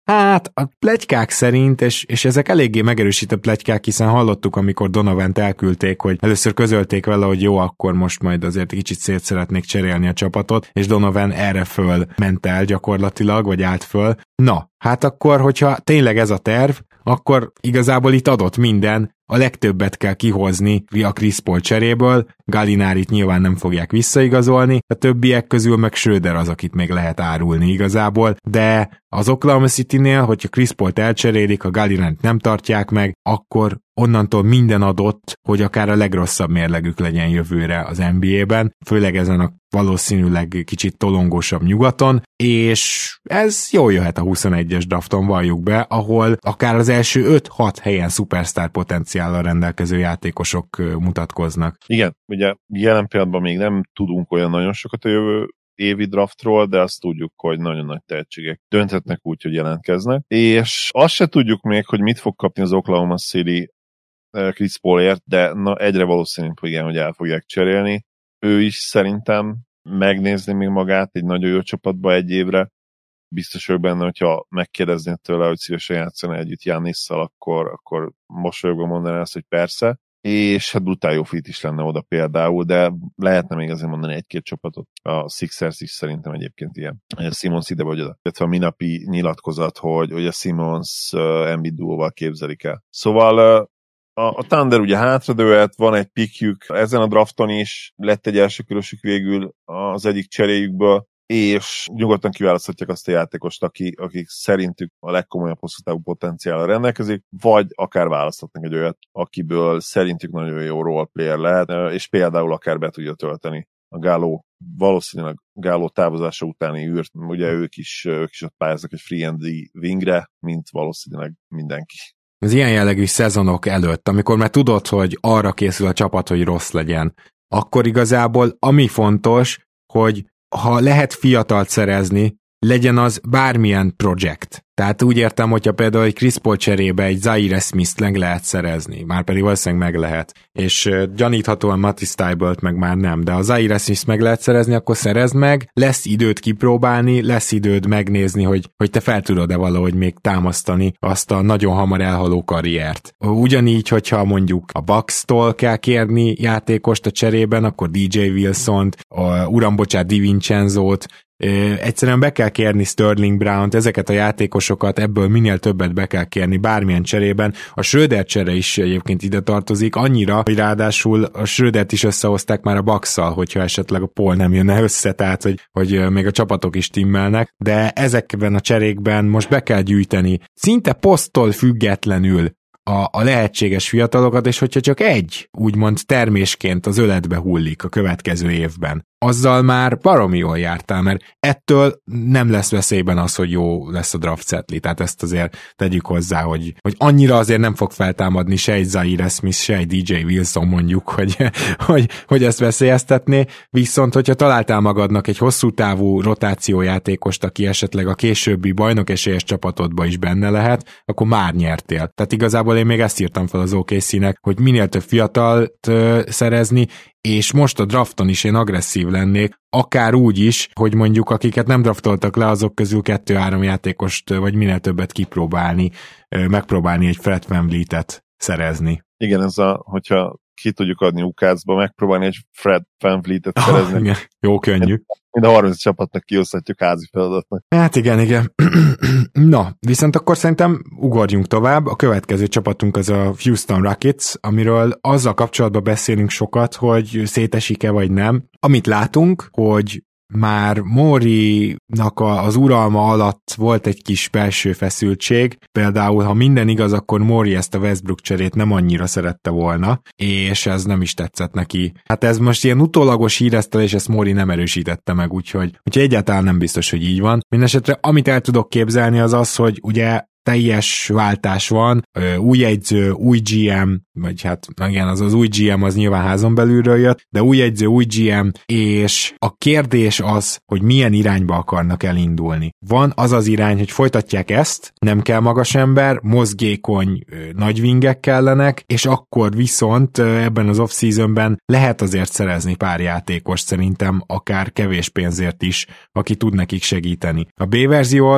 Hát a pletykák szerint, és, és ezek eléggé megerősített pletykák, hiszen hallottuk, amikor Donovant elküldték, hogy először közölték vele, hogy jó, akkor most majd azért kicsit szét szeretnék cserélni a csapatot, és Donovan erre föl ment el gyakorlatilag, vagy állt föl. Na, hát akkor, hogyha tényleg ez a terv, akkor igazából itt adott minden, a legtöbbet kell kihozni a Chris Paul cseréből, Gallinárit nyilván nem fogják visszaigazolni, a többiek közül meg Schröder az, akit még lehet árulni igazából, de az Oklahoma City-nél, hogyha Chris Pault elcserélik, a Gallinárit nem tartják meg, akkor onnantól minden adott, hogy akár a legrosszabb mérlegük legyen jövőre az en bé á-ben, főleg ezen a valószínűleg kicsit tolongósabb nyugaton, és ez jól jöhet a huszonegyes drafton, valljuk be, ahol akár az első öt-hat helyen szupersztár potenciállal rendelkező játékosok mutatkoznak. Igen, ugye jelen pillanatban még nem tudunk olyan nagyon sokat a jövő évi draftról, de azt tudjuk, hogy nagyon nagy tehetségek dönthetnek úgy, hogy jelentkeznek, és azt se tudjuk még, hogy mit fog kapni az Oklahoma City Chris Paulért, de na, egyre valószínűbb, hogy igen, hogy el fogják cserélni. Ő is szerintem megnézni még magát egy nagyon jó csapatba egy évre. Biztos vagyok benne, hogyha megkérdeznéd tőle, hogy szívesen játszani együtt Giannissal, akkor, akkor mosolyogva mondaná ezt, hogy persze. És hát brutál jó fit is lenne oda például, de lehetne még azért mondani egy-két csapatot. A Sixers is szerintem egyébként ilyen. A Simmons ide vagy oda. Tehát a minapi nyilatkozat, hogy, hogy a Simmons uh, Embiid duóval képzelik el. Szóval uh, a, a Thunder ugye hátradőlt, van egy pickjük, ezen a drafton is lett egy első körösük végül az egyik cseréjükből, és nyugodtan kiválaszthatják azt a játékost, aki, akik szerintük a legkomolyabb hosszú távú potenciállal rendelkezik, vagy akár választhatnak egy olyat, akiből szerintük nagyon jó roleplayer lehet, és például akár be tudja tölteni a Gallo, valószínűleg Gallo távozása utáni űrt, ugye ők is, ők is ott pályáznak egy free and wingre, mint valószínűleg mindenki. Az ilyen jellegű szezonok előtt, amikor már tudod, hogy arra készül a csapat, hogy rossz legyen, akkor igazából ami fontos, hogy ha lehet fiatalt szerezni, legyen az bármilyen projekt. Tehát úgy értem, hogyha például egy Chris Paul cserébe egy Zaire Smith-t meg lehet szerezni, már pedig valószínűleg meg lehet, és uh, gyaníthatóan Matisse Thybulle meg már nem, de ha Zaire Smith meg lehet szerezni, akkor szerezd meg, lesz időd kipróbálni, lesz időd megnézni, hogy, hogy te fel tudod-e valahogy még támasztani azt a nagyon hamar elhaló karriert. Ugyanígy, hogyha mondjuk a Bucks-tól kell kérni játékost a cserében, akkor dé jé Wilsont, a, uram bocsánat, DiVincenzo-t, Ö, egyszerűen be kell kérni Sterling Brown-t, ezeket a játékosokat, ebből minél többet be kell kérni bármilyen cserében. A Schröder csere is egyébként ide tartozik, annyira, hogy ráadásul a Schrödert is összehozták már a Bucks-szal, hogyha esetleg a Paul nem jönne össze, tehát hogy, hogy még a csapatok is timmelnek, de ezekben a cserékben most be kell gyűjteni szinte poszttól függetlenül A, a lehetséges fiatalokat, és hogyha csak egy, úgymond termésként az öletbe hullik a következő évben, azzal már baromi jól jártál, mert ettől nem lesz veszélyben az, hogy jó lesz a draft setli, tehát ezt azért tegyük hozzá, hogy, hogy annyira azért nem fog feltámadni se egy Zaire Smith, se egy dé jé Wilson mondjuk, hogy, hogy, hogy ezt veszélyeztetné, viszont hogyha találtál magadnak egy hosszú távú rotációjátékost, aki esetleg a későbbi bajnok esélyes csapatodba is benne lehet, akkor már nyertél. Tehát igazából én még ezt írtam fel az o ká cé-nek, hogy minél több fiatalt ö, szerezni, és most a drafton is én agresszív lennék, akár úgy is, hogy mondjuk akiket nem draftoltak le, azok közül kettő-három játékost, vagy minél többet kipróbálni, megpróbálni egy Fred VanVleet-et szerezni. Igen, ez a, hogyha ki tudjuk adni ukácba, megpróbálni egy Fred VanVleet-et szerezni. Oh, igen. Jó könnyű. Mind a harminc csapatnak kiosztatjuk házi feladatnak. Hát igen, igen. Na, viszont akkor szerintem ugorjunk tovább. A következő csapatunk az a Houston Rockets, amiről azzal kapcsolatban beszélünk sokat, hogy szétesik-e vagy nem. Amit látunk, hogy már Morey-nak az uralma alatt volt egy kis belső feszültség, például ha minden igaz, akkor Morey ezt a Westbrook cserét nem annyira szerette volna, és ez nem is tetszett neki. Hát ez most ilyen utólagos híresztelés, ezt Morey nem erősítette meg, úgyhogy, úgyhogy egyáltalán nem biztos, hogy így van. Mindenesetre amit el tudok képzelni az az, hogy ugye teljes váltás van, új edző, új gé em, vagy hát igen, az az új gé em az nyilván házon belülről jött, de új edző, új gé em, és a kérdés az, hogy milyen irányba akarnak elindulni. Van az az irány, hogy folytatják ezt, nem kell magas ember, mozgékony nagy wingek kellenek, és akkor viszont ebben az off-seasonben lehet azért szerezni pár játékost, szerintem akár kevés pénzért is, aki tud nekik segíteni. A B verzió az az,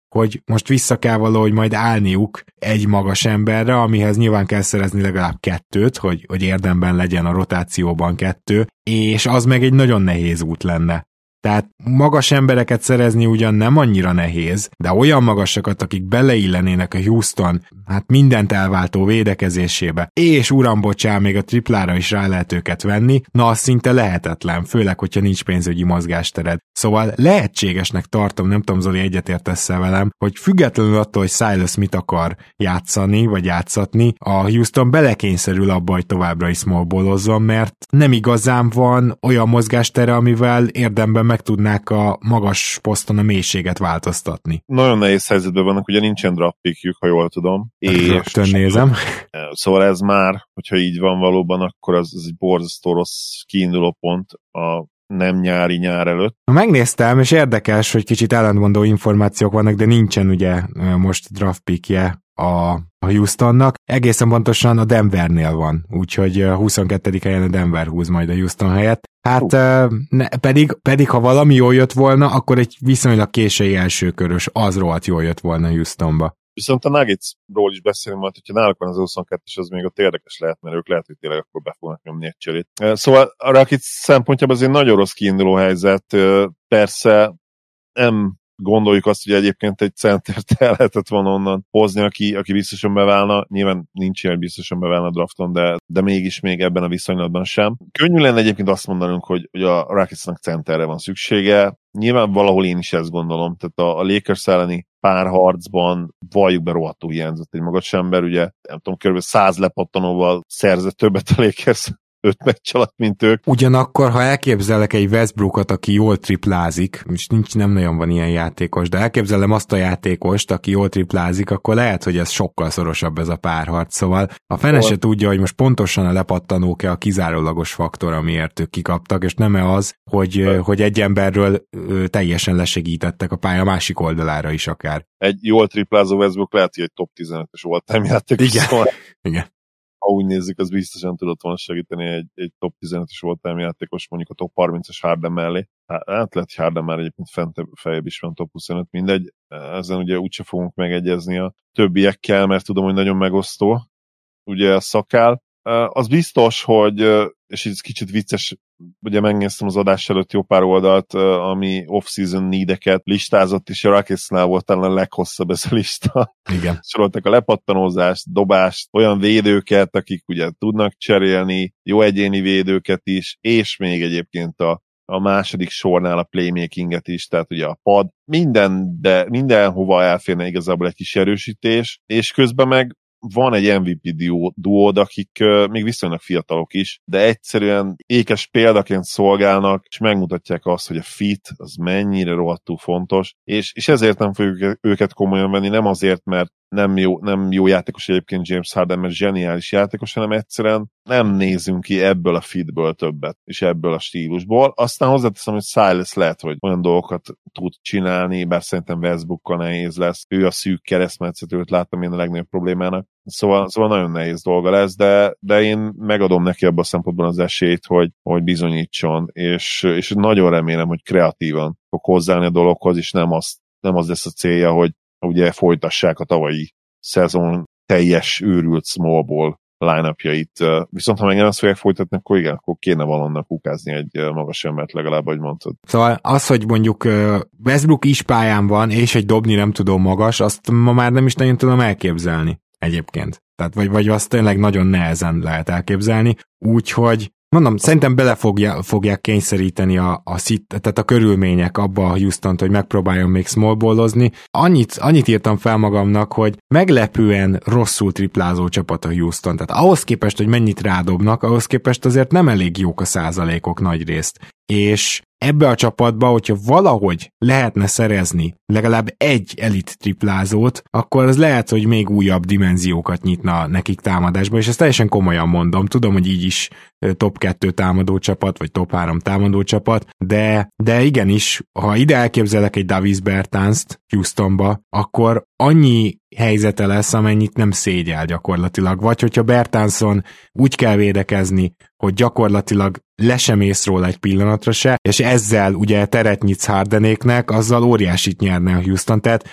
hogy most vissza kell valahogy majd állniuk egy magas emberre, amihez nyilván kell szerezni legalább kettőt, hogy, hogy érdemben legyen a rotációban kettő, és az meg egy nagyon nehéz út lenne. Tehát magas embereket szerezni ugyan nem annyira nehéz, de olyan magasakat, akik beleillenének a Houston, hát mindent elváltó védekezésébe, és uram bocsán, még a triplára is rá lehet őket venni, na az szinte lehetetlen, főleg, hogyha nincs pénzügyi mozgástered. Szóval lehetségesnek tartom, nem tudom, Zoli, egyetértesz-e velem, hogy függetlenül attól, hogy Silas mit akar játszani, vagy játszatni, a Houston belekényszerül abba, hogy továbbra is smallballozzon, mert nem igazán van olyan mozgástere, amivel érdemben meg tudnák a magas poszton a mélységet változtatni. Nagyon nehéz helyzetben vannak, ugye nincsen draft pickjük, ha jól tudom. És rögtön nézem. Szóval ez már, hogyha így van valóban, akkor az, az egy borzasztó rossz kiinduló pont a nem nyári nyár előtt. Megnéztem, és érdekes, hogy kicsit ellentmondó információk vannak, de nincsen ugye most draft pickje a, a Houstonnak. Egészen pontosan a Denvernél van, úgyhogy a huszonkettedik helyen a Denver húz majd a Houston helyett. Hát uh. ne, pedig, pedig ha valami jól jött volna, akkor egy viszonylag késői elsőkörös, az rohadt jól jött volna Houstonba. Viszont a Nuggetsról is beszélünk majd, hogyha náluk van az huszonkettes, az még ott érdekes lehet, mert ők lehet, hogy tényleg akkor be fognak nyomni egy cserét. Szóval a Rockets szempontjában azért nagyon rossz kiinduló helyzet. Persze nem gondoljuk azt, hogy egyébként egy centert el lehetett volna onnan hozni, aki, aki biztosan beválna. Nyilván nincs ilyen, biztosan beválna a drafton, de, de mégis még ebben a viszonylatban sem. Könnyű lenne egyébként azt mondanunk, hogy, hogy a Rocketsnak centerre van szüksége. Nyilván valahol én is ezt gondolom. Tehát a, a Lakers elleni párharcban valljuk be rohadtul hiányzott egy magas ember, ugye nem tudom, kb. száz lepattanóval szerzett többet a Lakers öt meccs alatt, mint ők. Ugyanakkor, ha elképzelek egy Westbrookot, aki jól triplázik, és nincs, nem nagyon van ilyen játékos, de elképzelem azt a játékost, aki jól triplázik, akkor lehet, hogy ez sokkal szorosabb ez a párharc. Szóval a fene se tudja, hogy most pontosan a lepattanók-e a kizárólagos faktor, amiért ők kikaptak, és nem-e az, hogy, hogy egy emberről teljesen lesegítettek a pálya másik oldalára is akár. Egy jól triplázó Westbrook lehet, hogy egy top tizenötös all-time játékos. Igen. Szóval... Igen. Ha úgy nézzük, az biztosan tudott volna segíteni egy, egy top tizenötös all-time játékos, mondjuk a top harmincas Harden mellé. Hát lehet, hogy Harden már egyébként fentebb, feljebb is van top huszonöt, mindegy. Ezen ugye úgyse fogunk megegyezni a többiekkel, mert tudom, hogy nagyon megosztó ugye a szakál. Az biztos, hogy, és ez kicsit vicces, ugye megnéztem az adás előtt jó pár oldalt, ami off-season needeket listázott, és a Rocketsnál volt talán a leghosszabb ez a lista. Igen. Soroltak a lepattanózást, dobást, olyan védőket, akik ugye tudnak cserélni, jó egyéni védőket is, és még egyébként a, a második sornál a playmakinget is, tehát ugye a pad, minden, de mindenhova elférne igazából egy kis erősítés, és közben meg van egy em vé pé duód, akik uh, még viszonylag fiatalok is, de egyszerűen ékes példaként szolgálnak, és megmutatják azt, hogy a fit az mennyire rohadtul fontos, és, és ezért nem fogjuk őket komolyan venni, nem azért, mert nem jó, nem jó játékos egyébként James Harden, mert zseniális játékos, hanem egyszerűen nem nézünk ki ebből a fitből többet, és ebből a stílusból. Aztán hozzáteszem, hogy Silas lehet, hogy olyan dolgokat tud csinálni, bár szerintem Westbrookkal nehéz lesz. Ő a szűk keresztmetszet, őt láttam én a legnagyobb problémának. Szóval, szóval nagyon nehéz dolga lesz, de, de én megadom neki abban a szempontból az esélyt, hogy, hogy bizonyítson, és, és nagyon remélem, hogy kreatívan fog hozzáállni a dologhoz, és nem az, nem az lesz a célja, hogy ugye folytassák a tavalyi szezon teljes őrült smallball line-upjait. Viszont ha meg nem ezt fogják folytatni, akkor igen, akkor kéne valonnak kukázni egy magas embert legalább, ahogy mondtad. Szóval az, hogy mondjuk Westbrook is pályán van, és egy dobni nem tudom magas, azt ma már nem is nagyon tudom elképzelni egyébként. Tehát vagy, vagy azt tényleg nagyon nehezen lehet elképzelni, úgyhogy mondom, szerintem bele fogja, fogják kényszeríteni a, a, szit, tehát a körülmények abba a Houstont, hogy megpróbáljon még smallballozni. Annyit, annyit írtam fel magamnak, hogy meglepően rosszul triplázó csapat a Houston. Tehát ahhoz képest, hogy mennyit rádobnak, ahhoz képest azért nem elég jók a százalékok nagy részt. És ebbe a csapatba, hogyha valahogy lehetne szerezni legalább egy elit triplázót, akkor az lehet, hogy még újabb dimenziókat nyitna nekik támadásba, és ezt teljesen komolyan mondom. Tudom, hogy így is top kettő támadó csapat, vagy top három támadó csapat, de, de igenis, ha ide elképzelek egy Davis Bertanst Houstonba, akkor annyi helyzete lesz, amennyit nem szégyel gyakorlatilag. Vagy hogyha Bertanson úgy kell védekezni, hogy gyakorlatilag le sem ész róla egy pillanatra se, és ezzel ugye teret nyitsz Hardenéknek, azzal óriásit nyerne a Houston. Tehát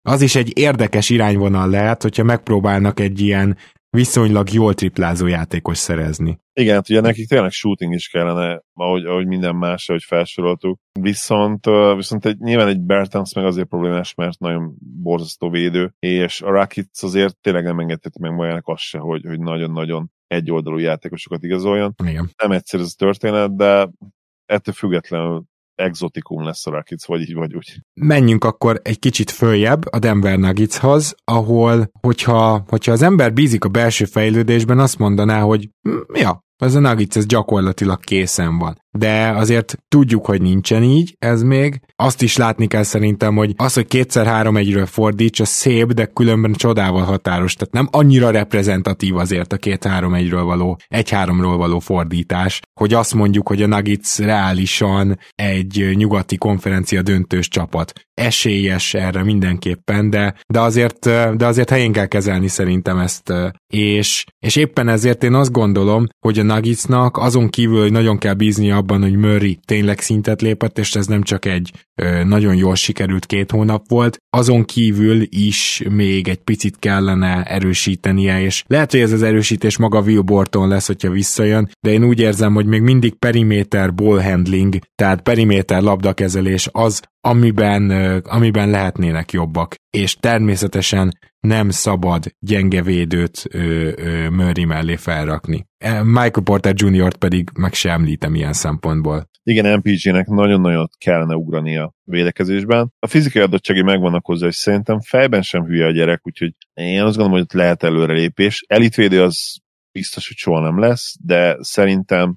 az is egy érdekes irányvonal lehet, hogyha megpróbálnak egy ilyen viszonylag jól triplázó játékos szerezni. Igen, hát ugye nekik tényleg shooting is kellene, ahogy, ahogy minden más, ahogy felsoroltuk. Viszont, viszont egy, nyilván egy Bertans meg azért problémás, mert nagyon borzasztó védő, és a Rockets azért tényleg nem engedheti meg magának azt se, hogy, hogy nagyon-nagyon egyoldalú játékosokat igazoljon. Igen. Nem egyszerű ez a történet, de ettől függetlenül exotikum lesz a Rockets, vagy így, vagy úgy. Menjünk akkor egy kicsit följebb a Denver Nuggetshoz, ahol, hogyha, hogyha az ember bízik a belső fejlődésben, azt mondaná, hogy ja, ez a Nuggets ez gyakorlatilag készen van. De azért tudjuk, hogy nincsen így, ez még. Azt is látni kell szerintem, hogy az, hogy kétszer három egyről fordíts, az szép, de különben csodával határos. Tehát nem annyira reprezentatív azért a két-három egyről való, egy-háromról való fordítás, hogy azt mondjuk, hogy a Nuggets reálisan egy nyugati konferencia döntős csapat. Esélyes erre mindenképpen, de, de, azért, de azért helyén kell kezelni szerintem ezt. És, és éppen ezért én azt gondolom, hogy a Nuggetsnak azon kívül, hogy nagyon kell bízni abban, hogy Murray tényleg szintet lépett, és ez nem csak egy ö, nagyon jól sikerült két hónap volt, azon kívül is még egy picit kellene erősítenie, és lehet, hogy ez az erősítés maga Will Borton lesz, hogyha visszajön, de én úgy érzem, hogy még mindig periméter ball handling, tehát periméter labdakezelés az, amiben, ö, amiben lehetnének jobbak, és természetesen nem szabad gyenge védőt ö, ö, Murray mellé felrakni. Michael Porter juniort pedig meg sem említem ilyen szempontból. Igen, em pé gé-nek nagyon-nagyon kellene ugrani a védekezésben. A fizikai adottsági megvannak hozzá, és szerintem fejben sem hülye a gyerek, úgyhogy én azt gondolom, hogy ott lehet előrelépés. Elitvédő az biztos, hogy soha nem lesz, de szerintem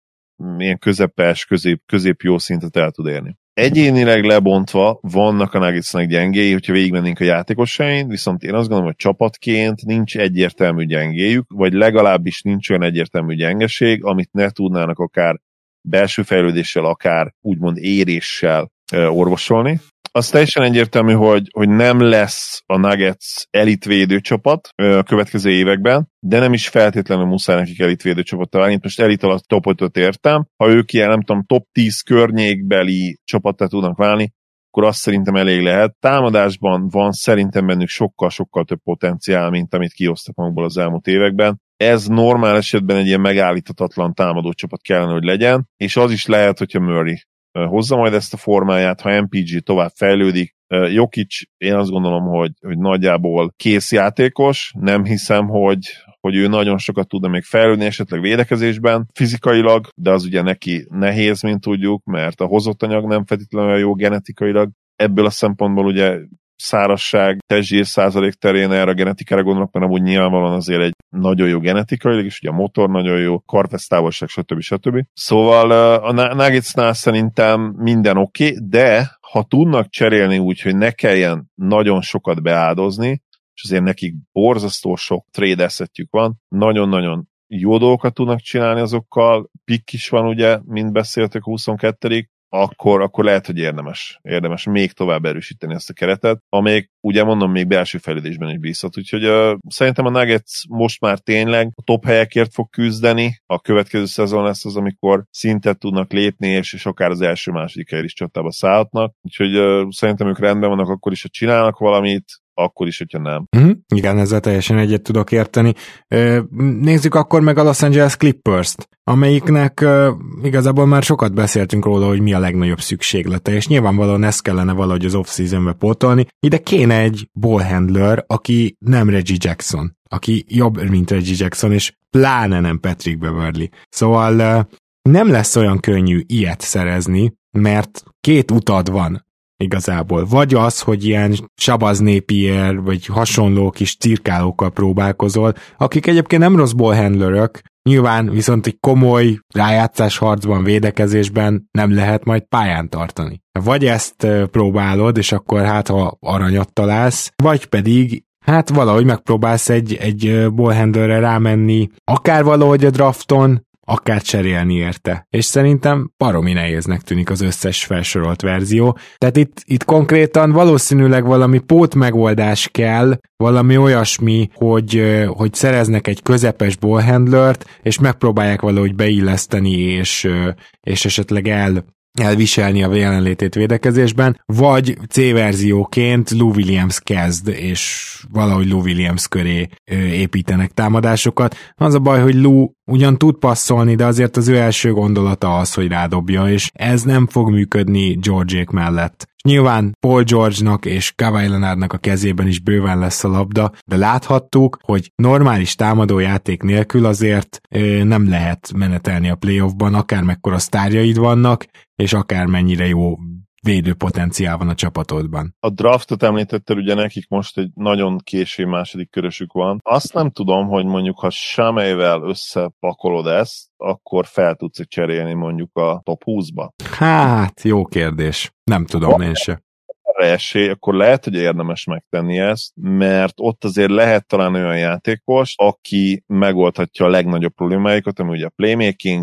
ilyen közepes, közép, közép jó szintet el tud érni. Egyénileg lebontva vannak a Nuggetsnek gyengéi, hogyha végigmennénk a játékosain, viszont én azt gondolom, hogy csapatként nincs egyértelmű gyengéjük, vagy legalábbis nincs olyan egyértelmű gyengeség, amit ne tudnának akár belső fejlődéssel, akár úgymond éréssel orvosolni. Az teljesen egyértelmű, hogy, hogy nem lesz a Nuggets elitvédő csapat a következő években, de nem is feltétlenül muszáj nekik elitvédő csapattal válni. Most elit alatt top ötöt értem. Ha ők ilyen, nem tudom, top tíz környékbeli csapattá tudnak válni, akkor azt szerintem elég lehet. Támadásban van szerintem bennük sokkal-sokkal több potenciál, mint amit kihoztak magukból az elmúlt években. Ez normál esetben egy ilyen megállíthatatlan támadó csapat kellene, hogy legyen, és az is lehet, hogyha Murray hozza majd ezt a formáját, ha em pé gé tovább fejlődik. Jokic, én azt gondolom, hogy, hogy nagyjából kész játékos, nem hiszem, hogy, hogy ő nagyon sokat tudna még fejlődni, esetleg védekezésben, fizikailag, de az ugye neki nehéz, mint tudjuk, mert a hozott anyag nem feltétlenül olyan jó genetikailag. Ebből a szempontból ugye szárazság, testzsír százalék terén erre a genetikára gondolok, mert amúgy nyilvánvalóan azért egy nagyon jó genetikailag, és ugye a motor nagyon jó, karfesztávolság, stb. stb. Szóval a Nuggetsnál szerintem minden oké, okay, de ha tudnak cserélni úgy, hogy ne kelljen nagyon sokat beáldozni, és azért nekik borzasztó sok trade assetjük van, nagyon-nagyon jó dolgokat tudnak csinálni azokkal, pick is van ugye, mint beszéltük a huszonkettő Akkor, akkor lehet, hogy érdemes, érdemes még tovább erősíteni ezt a keretet, amelyik ugye mondom, még belső fejlődésben is bízhat. Úgyhogy uh, szerintem a Nuggets most már tényleg a top helyekért fog küzdeni. A következő szezon lesz az, amikor szintet tudnak lépni, és, és akár az első-második helyre is csatába szállhatnak. Úgyhogy uh, szerintem ők rendben vannak akkor is, ha csinálnak valamit, akkor is, hogyha nem. Mm, igen, ezzel teljesen egyet tudok érteni. Nézzük akkor meg a Los Angeles Clippers-t, amelyiknek igazából már sokat beszéltünk róla, hogy mi a legnagyobb szükséglete, és nyilvánvalóan ezt kellene valahogy az off-seasonbe pótolni. Ide kéne egy ballhandler, aki nem Reggie Jackson, aki jobb, mint Reggie Jackson, és pláne nem Patrick Beverley. Szóval nem lesz olyan könnyű ilyet szerezni, mert két utad van igazából. Vagy az, hogy ilyen Shabazz Napier, vagy hasonló kis cirkálókkal próbálkozol, akik egyébként nem rossz ballhandlerök, nyilván viszont egy komoly rájátszás harcban, védekezésben nem lehet majd pályán tartani. Vagy ezt próbálod, és akkor hát ha aranyat találsz, vagy pedig hát valahogy megpróbálsz egy, egy ballhandlerre rámenni, akár valahogy a drafton, akár cserélni érte. És szerintem baromi nehéznek tűnik az összes felsorolt verzió. Tehát itt, itt konkrétan valószínűleg valami pótmegoldás kell, valami olyasmi, hogy, hogy szereznek egy közepes ballhandlert, és megpróbálják valahogy beilleszteni, és, és esetleg el elviselni a jelenlétét védekezésben, vagy C-verzióként Lou Williams kezd, és valahogy Lou Williams köré építenek támadásokat. Az a baj, hogy Lou ugyan tud passzolni, de azért az ő első gondolata az, hogy rádobja, és ez nem fog működni George-ék mellett. Nyilván Paul George-nak és Kawhi Leonardnak a kezében is bőven lesz a labda, de láthattuk, hogy normális támadójáték nélkül azért ö, nem lehet menetelni a playoffban, akármekkora sztárjaid vannak, és akármennyire jó védő potenciál van a csapatodban. A draftot említetted, ugye nekik most egy nagyon késő második körösük van. Azt nem tudom, hogy mondjuk ha Shamével összepakolod ezt, akkor fel tudsz cserélni mondjuk a top húszba. Hát, jó kérdés. Nem tudom ha én se. Esély, akkor lehet, hogy érdemes megtenni ezt, mert ott azért lehet talán olyan játékos, aki megoldhatja a legnagyobb problémáikat, ami ugye a playmaking,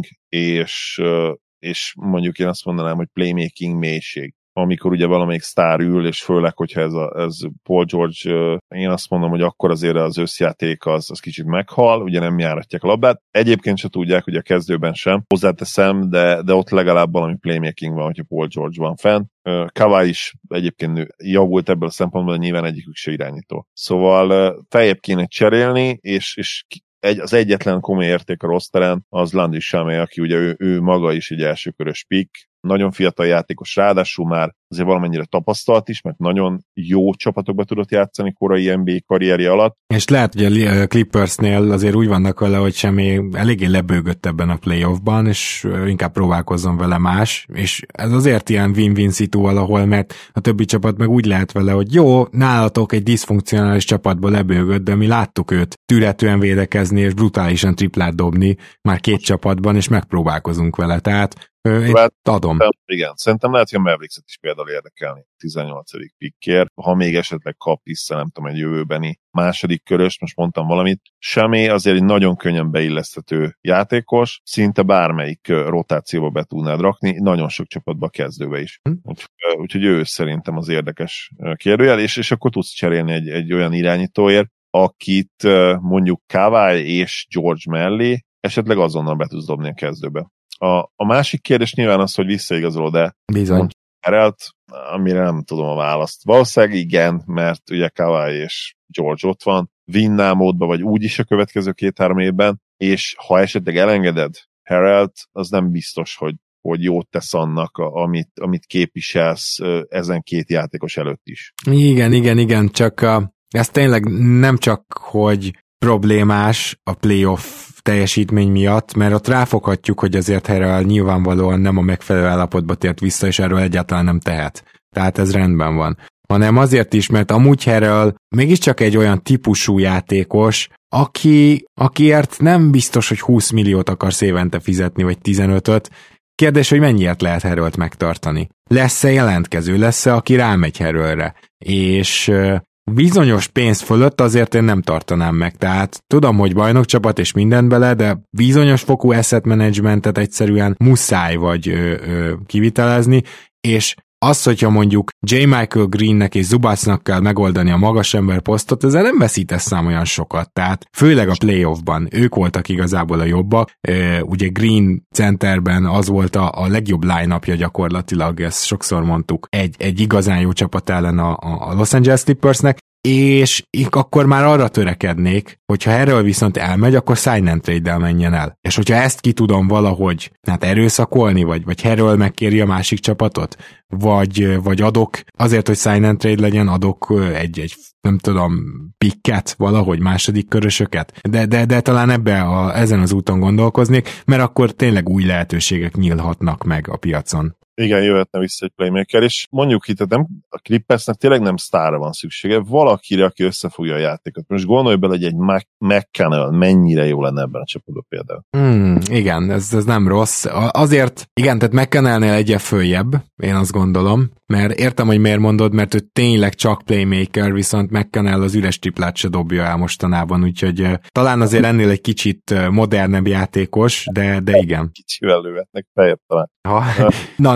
és és mondjuk én azt mondanám, hogy playmaking mélység. Amikor ugye valamelyik sztár ül, és főleg, hogyha ez, a, ez Paul George, én azt mondom, hogy akkor azért az összjáték az, az kicsit meghal, ugye nem járatják a labdát. Egyébként se tudják, hogy a kezdőben sem. Hozzáteszem, de, de ott legalább valami playmaking van, hogyha Paul George van fenn. Kawhi is egyébként javult ebből a szempontból, de nyilván egyikük se irányító. Szóval feljebb kéne cserélni, és, és Egy, az egyetlen komoly érték a rosteren az Landry Shamet, aki ugye ő, ő maga is egy elsőkörös pick, nagyon fiatal játékos, ráadásul már azért valamennyire tapasztalt is, mert nagyon jó csapatokba tudott játszani korai en bé á karrierje alatt. És lehet, hogy a Clippersnél azért úgy vannak vele, hogy semmi eléggé lebőgött ebben a playoffban, és inkább próbálkozzon vele más, és ez azért ilyen win-win szitu valahol, mert a többi csapat meg úgy lehet vele, hogy jó, nálatok egy diszfunkcionális csapatból lebőgött, de mi láttuk őt tűretően védekezni, és brutálisan triplát dobni már két csapatban, és megpróbálkozunk vele, tehát én adom. Igen, szerintem lehet, hogy a Mavericks-et is például érdekelni tizennyolcadik pickért, ha még esetleg kap vissza, nem tudom, egy jövőbeni második körös, most mondtam valamit. Semmi azért egy nagyon könnyen beilleszthető játékos, szinte bármelyik rotációba be tudnád rakni, nagyon sok csapatba kezdőbe is. Hm? Úgyhogy, úgyhogy ő szerintem az érdekes kérdőjel, és, és akkor tudsz cserélni egy, egy olyan irányítóért, akit mondjuk Kawhi és George mellé esetleg azonnal be tudsz dobni a kezdőbe. A, a másik kérdés nyilván az, hogy visszaigazolod-e Harrelt, amire nem tudom a választ. Valószínűleg igen, mert ugye Kawhi és George ott van, winná módban, vagy úgyis a következő két-három évben, és ha esetleg elengeded Harrelt, az nem biztos, hogy, hogy jót tesz annak, amit, amit képviselsz ezen két játékos előtt is. Igen, igen, igen, csak a, ez tényleg nem csak, hogy problémás a playoff teljesítmény miatt, mert ott ráfoghatjuk, hogy azért Harrell nyilvánvalóan nem a megfelelő állapotba tért vissza, és erről egyáltalán nem tehet. Tehát ez rendben van. Hanem azért is, mert amúgy Harrell mégiscsak egy olyan típusú játékos, aki, akiért nem biztos, hogy húsz milliót akarsz évente fizetni, vagy tizenötöt. Kérdés, hogy mennyiért lehet Harrellt megtartani. Lesz-e jelentkező? Lesz-e, aki rámegy Harrellre? És bizonyos pénz fölött azért én nem tartanám meg, tehát tudom, hogy bajnokcsapat és mindent bele, de bizonyos fokú asset managementet egyszerűen muszáj vagy ö, ö, kivitelezni, és az, hogyha mondjuk J. Michael Greennek és Zubacnak kell megoldani a magasember posztot, ezzel nem veszítesz szám olyan sokat, tehát főleg a playoffban ők voltak igazából a jobbak, e, ugye Green centerben az volt a, a legjobb line-upja gyakorlatilag, ezt sokszor mondtuk, egy, egy igazán jó csapat ellen a, a Los Angeles Clippersnek, és akkor már arra törekednék, hogyha erről viszont elmegy, akkor sign and trade-del menjen el. És hogyha ezt ki tudom valahogy hát erőszakolni, vagy, vagy erről megkéri a másik csapatot, vagy, vagy adok, azért, hogy sign and trade legyen, adok egy, egy nem tudom, picket, valahogy második körösöket, de, de, de talán ebbe a, ezen az úton gondolkoznék, mert akkor tényleg új lehetőségek nyílhatnak meg a piacon. Igen, jöhetne vissza egy playmaker, és mondjuk itt nem, a Clippersnek tényleg nem sztárra van szüksége, valakire, aki összefogja a játékot. Most gondolj bele, hogy egy McConnell mennyire jó lenne ebben a csapatban például. Hmm, igen, ez, ez nem rossz. Azért, igen, tehát McConnellnél egyen följebb, én azt gondolom, mert értem, hogy miért mondod, mert ő tényleg csak playmaker, viszont McConnell az üres triplát se dobja el mostanában, úgyhogy uh, talán azért ennél egy kicsit uh, modernebb játékos, de, de igen. Kicsivel lőhetnek feljebb talán. Ha, na,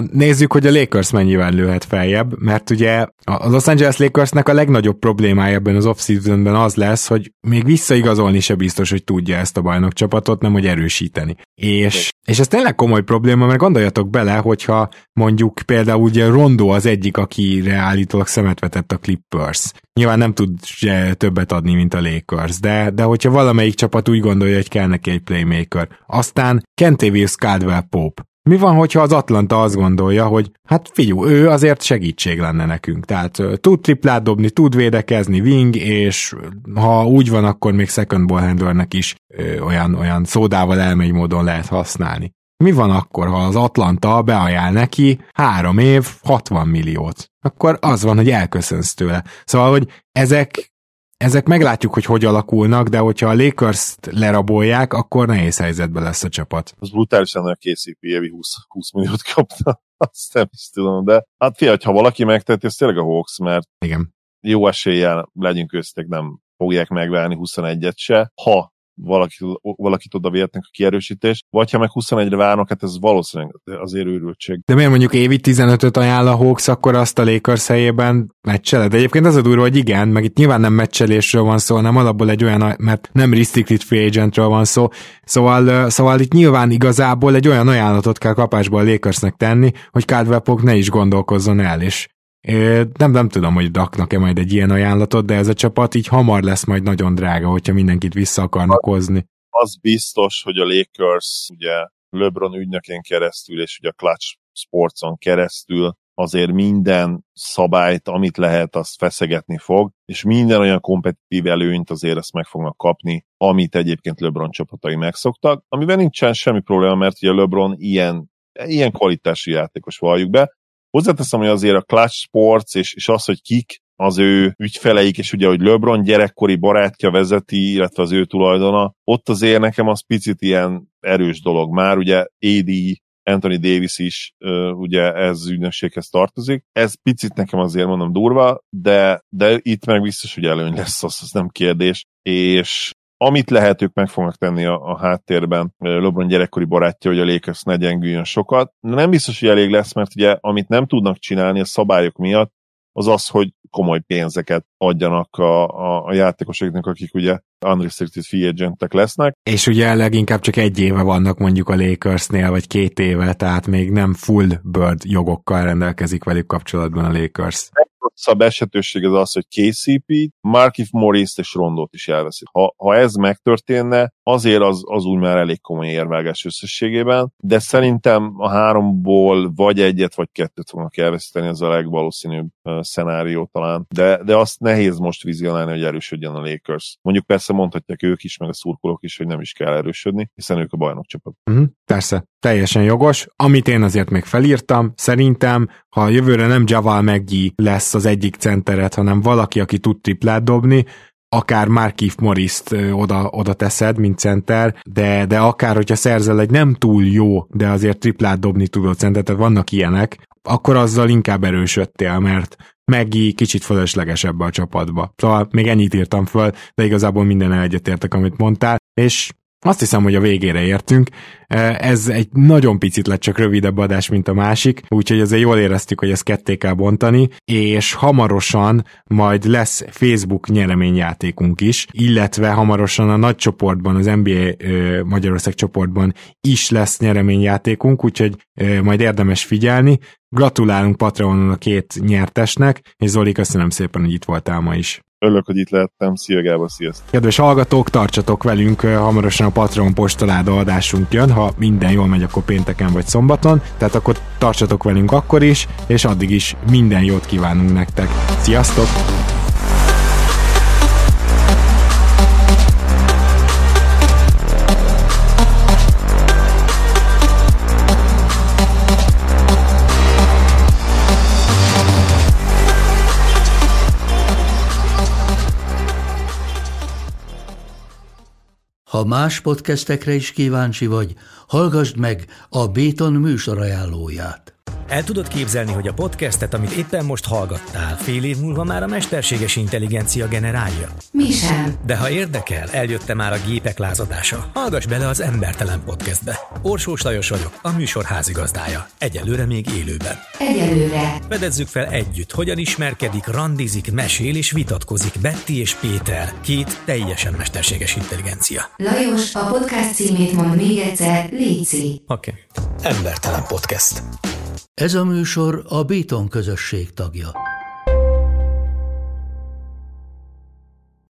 nézzük, hogy a Lakers mennyivel lőhet feljebb, mert ugye a Los Angeles Lakersnek a legnagyobb problémája ebben az off-seasonben az lesz, hogy még visszaigazolni se biztos, hogy tudja ezt a bajnokcsapatot, nem hogy erősíteni. És, és ez tényleg komoly probléma, mert gondoljatok bele, hogyha mondjuk például ugye Rondo az egyik, akire állítólag szemet vetett a Clippers. Nyilván nem tud többet adni, mint a Lakers, de, de hogyha valamelyik csapat úgy gondolja, hogy kell neki egy playmaker. Aztán Kentavious Caldwell-Pope. Mi van, hogyha az Atlanta azt gondolja, hogy hát figyú, ő azért segítség lenne nekünk. Tehát tud triplát dobni, tud védekezni, wing, és ha úgy van, akkor még second ball handlernek is ö, olyan, olyan szódával elmegy módon lehet használni. Mi van akkor, ha az Atlanta beajánl neki három év, hatvan milliót? Akkor az van, hogy elköszönsz tőle. Szóval, hogy ezek, ezek meglátjuk, hogy hogy alakulnak, de hogyha a Lakers-t lerabolják, akkor nehéz helyzetben lesz a csapat. Az brutálisan, hogy a ká cé pé évi húsz, húsz milliót kapta. Azt nem is tudom, de hát figyelj, ha valaki megteheti, ez tényleg a Hawks, mert igen. Jó eséllyel, legyünk köztek, nem fogják megválni huszonegyet se, ha valakit, valakit oda vihetnek a kierősítés, vagy ha meg huszonegyre várnak, hát ez valószínűleg azért őrültség. De miért mondjuk évi tizenötöt ajánl a Hawks, akkor azt a Lakers helyében meccseled? De egyébként az a durva, hogy igen, meg itt nyilván nem meccselésről van szó, hanem alapból egy olyan, mert nem restricted free agentről van szó, szóval, szóval itt nyilván igazából egy olyan ajánlatot kell kapásból a Lakersnek tenni, hogy Caldwell Pope ne is gondolkozzon el, és Nem, nem tudom, hogy raknak-e majd egy ilyen ajánlatot, de ez a csapat így hamar lesz majd nagyon drága, hogyha mindenkit vissza akarnak hozni. Az biztos, hogy a Lakers ugye LeBron ügynökén keresztül, és ugye a Clutch Sportson keresztül azért minden szabályt, amit lehet, azt feszegetni fog, és minden olyan kompetitív előnyt azért ezt meg fognak kapni, amit egyébként LeBron csapatai megszoktak, amiben nincsen semmi probléma, mert ugye LeBron ilyen, ilyen kvalitású játékos, valljuk be. Hozzáteszem, hogy azért a Clutch Sports, és, és az, hogy kik az ő ügyfeleik, és ugye, hogy LeBron gyerekkori barátja vezeti, illetve az ő tulajdona, ott azért nekem az picit ilyen erős dolog. Már ugye á dé, Anthony Davis is ugye ez ügynökséghez tartozik. Ez picit nekem azért mondom durva, de, de itt meg biztos, hogy előny lesz, az, az nem kérdés. És amit lehet, ők meg fognak tenni a, a háttérben, LeBron gyerekkori barátja, hogy a Lakers ne gyengüljön sokat. De nem biztos, hogy elég lesz, mert ugye amit nem tudnak csinálni a szabályok miatt, az az, hogy komoly pénzeket adjanak a, a, a játékosoknak, akik ugye unrestricted free agentek lesznek. És ugye leginkább csak egy éve vannak mondjuk a Lakersnél, vagy két éve, tehát még nem full bird jogokkal rendelkezik velük kapcsolatban a Lakers. Leghosszabb esetőség az az, hogy ká cé pé, Markieff Morris-t és Rondót is elveszik. Ha, ha ez megtörténne, azért az, az úgy már elég komoly érvágás összességében, de szerintem a háromból vagy egyet, vagy kettőt fognak elveszíteni, ez a legvalószínűbb uh, szenárió talán. De, de azt nehéz most vizionálni, hogy erősödjön a Lakers. Mondjuk persze mondhatják ők is, meg a szurkolók is, hogy nem is kell erősödni, hiszen ők a bajnokcsapat. Uh-huh, persze, teljesen jogos. Amit én azért még felírtam, szerintem, ha a jövőre nem Javal McGee lesz az egyik centeret, hanem valaki, aki tud triplát dobni, akár Markieff Morris-t oda, oda teszed, mint center, de, de akár, hogyha szerzel egy nem túl jó, de azért triplát dobni tudó centert, tehát vannak ilyenek, akkor azzal inkább erősödtél, mert Maggie kicsit fölöslegesebb a csapatba. Szóval még ennyit írtam föl, de igazából minden egyetértek, amit mondtál, és azt hiszem, hogy a végére értünk. Ez egy nagyon picit lett csak rövidebb adás, mint a másik, úgyhogy azért jól éreztük, hogy ezt ketté kell bontani, és hamarosan majd lesz Facebook nyereményjátékunk is, illetve hamarosan a nagy csoportban, az en bé á Magyarország csoportban is lesz nyereményjátékunk, úgyhogy majd érdemes figyelni. Gratulálunk Patreonon a két nyertesnek, és Zoli, köszönöm szépen, hogy itt voltál ma is. Örülök, hogy itt lehettem. Szia Gábor, sziasztok! Kedves hallgatók, tartsatok velünk, hamarosan a Patreon postaláda adásunk jön, ha minden jól megy, akkor pénteken vagy szombaton, tehát akkor tartsatok velünk akkor is, és addig is minden jót kívánunk nektek. Sziasztok! Ha más podcastekre is kíváncsi vagy, hallgassd meg a Béton műsor ajánlóját. El tudod képzelni, hogy a podcastet, amit éppen most hallgattál, fél év múlva már a mesterséges intelligencia generálja? Mi sem. De ha érdekel, eljötte már a gépek lázadása. Hallgass bele az Embertelen Podcastbe. Orsós Lajos vagyok, a műsor házigazdája. Egyelőre még élőben. Egyelőre. Fedezzük fel együtt, hogyan ismerkedik, randizik, mesél és vitatkozik Betty és Péter, két teljesen mesterséges intelligencia. Lajos, a podcast címét mond még egyszer, léci. Oké. Okay. Embertelen Podcast. Ez a műsor a Béton közösség tagja.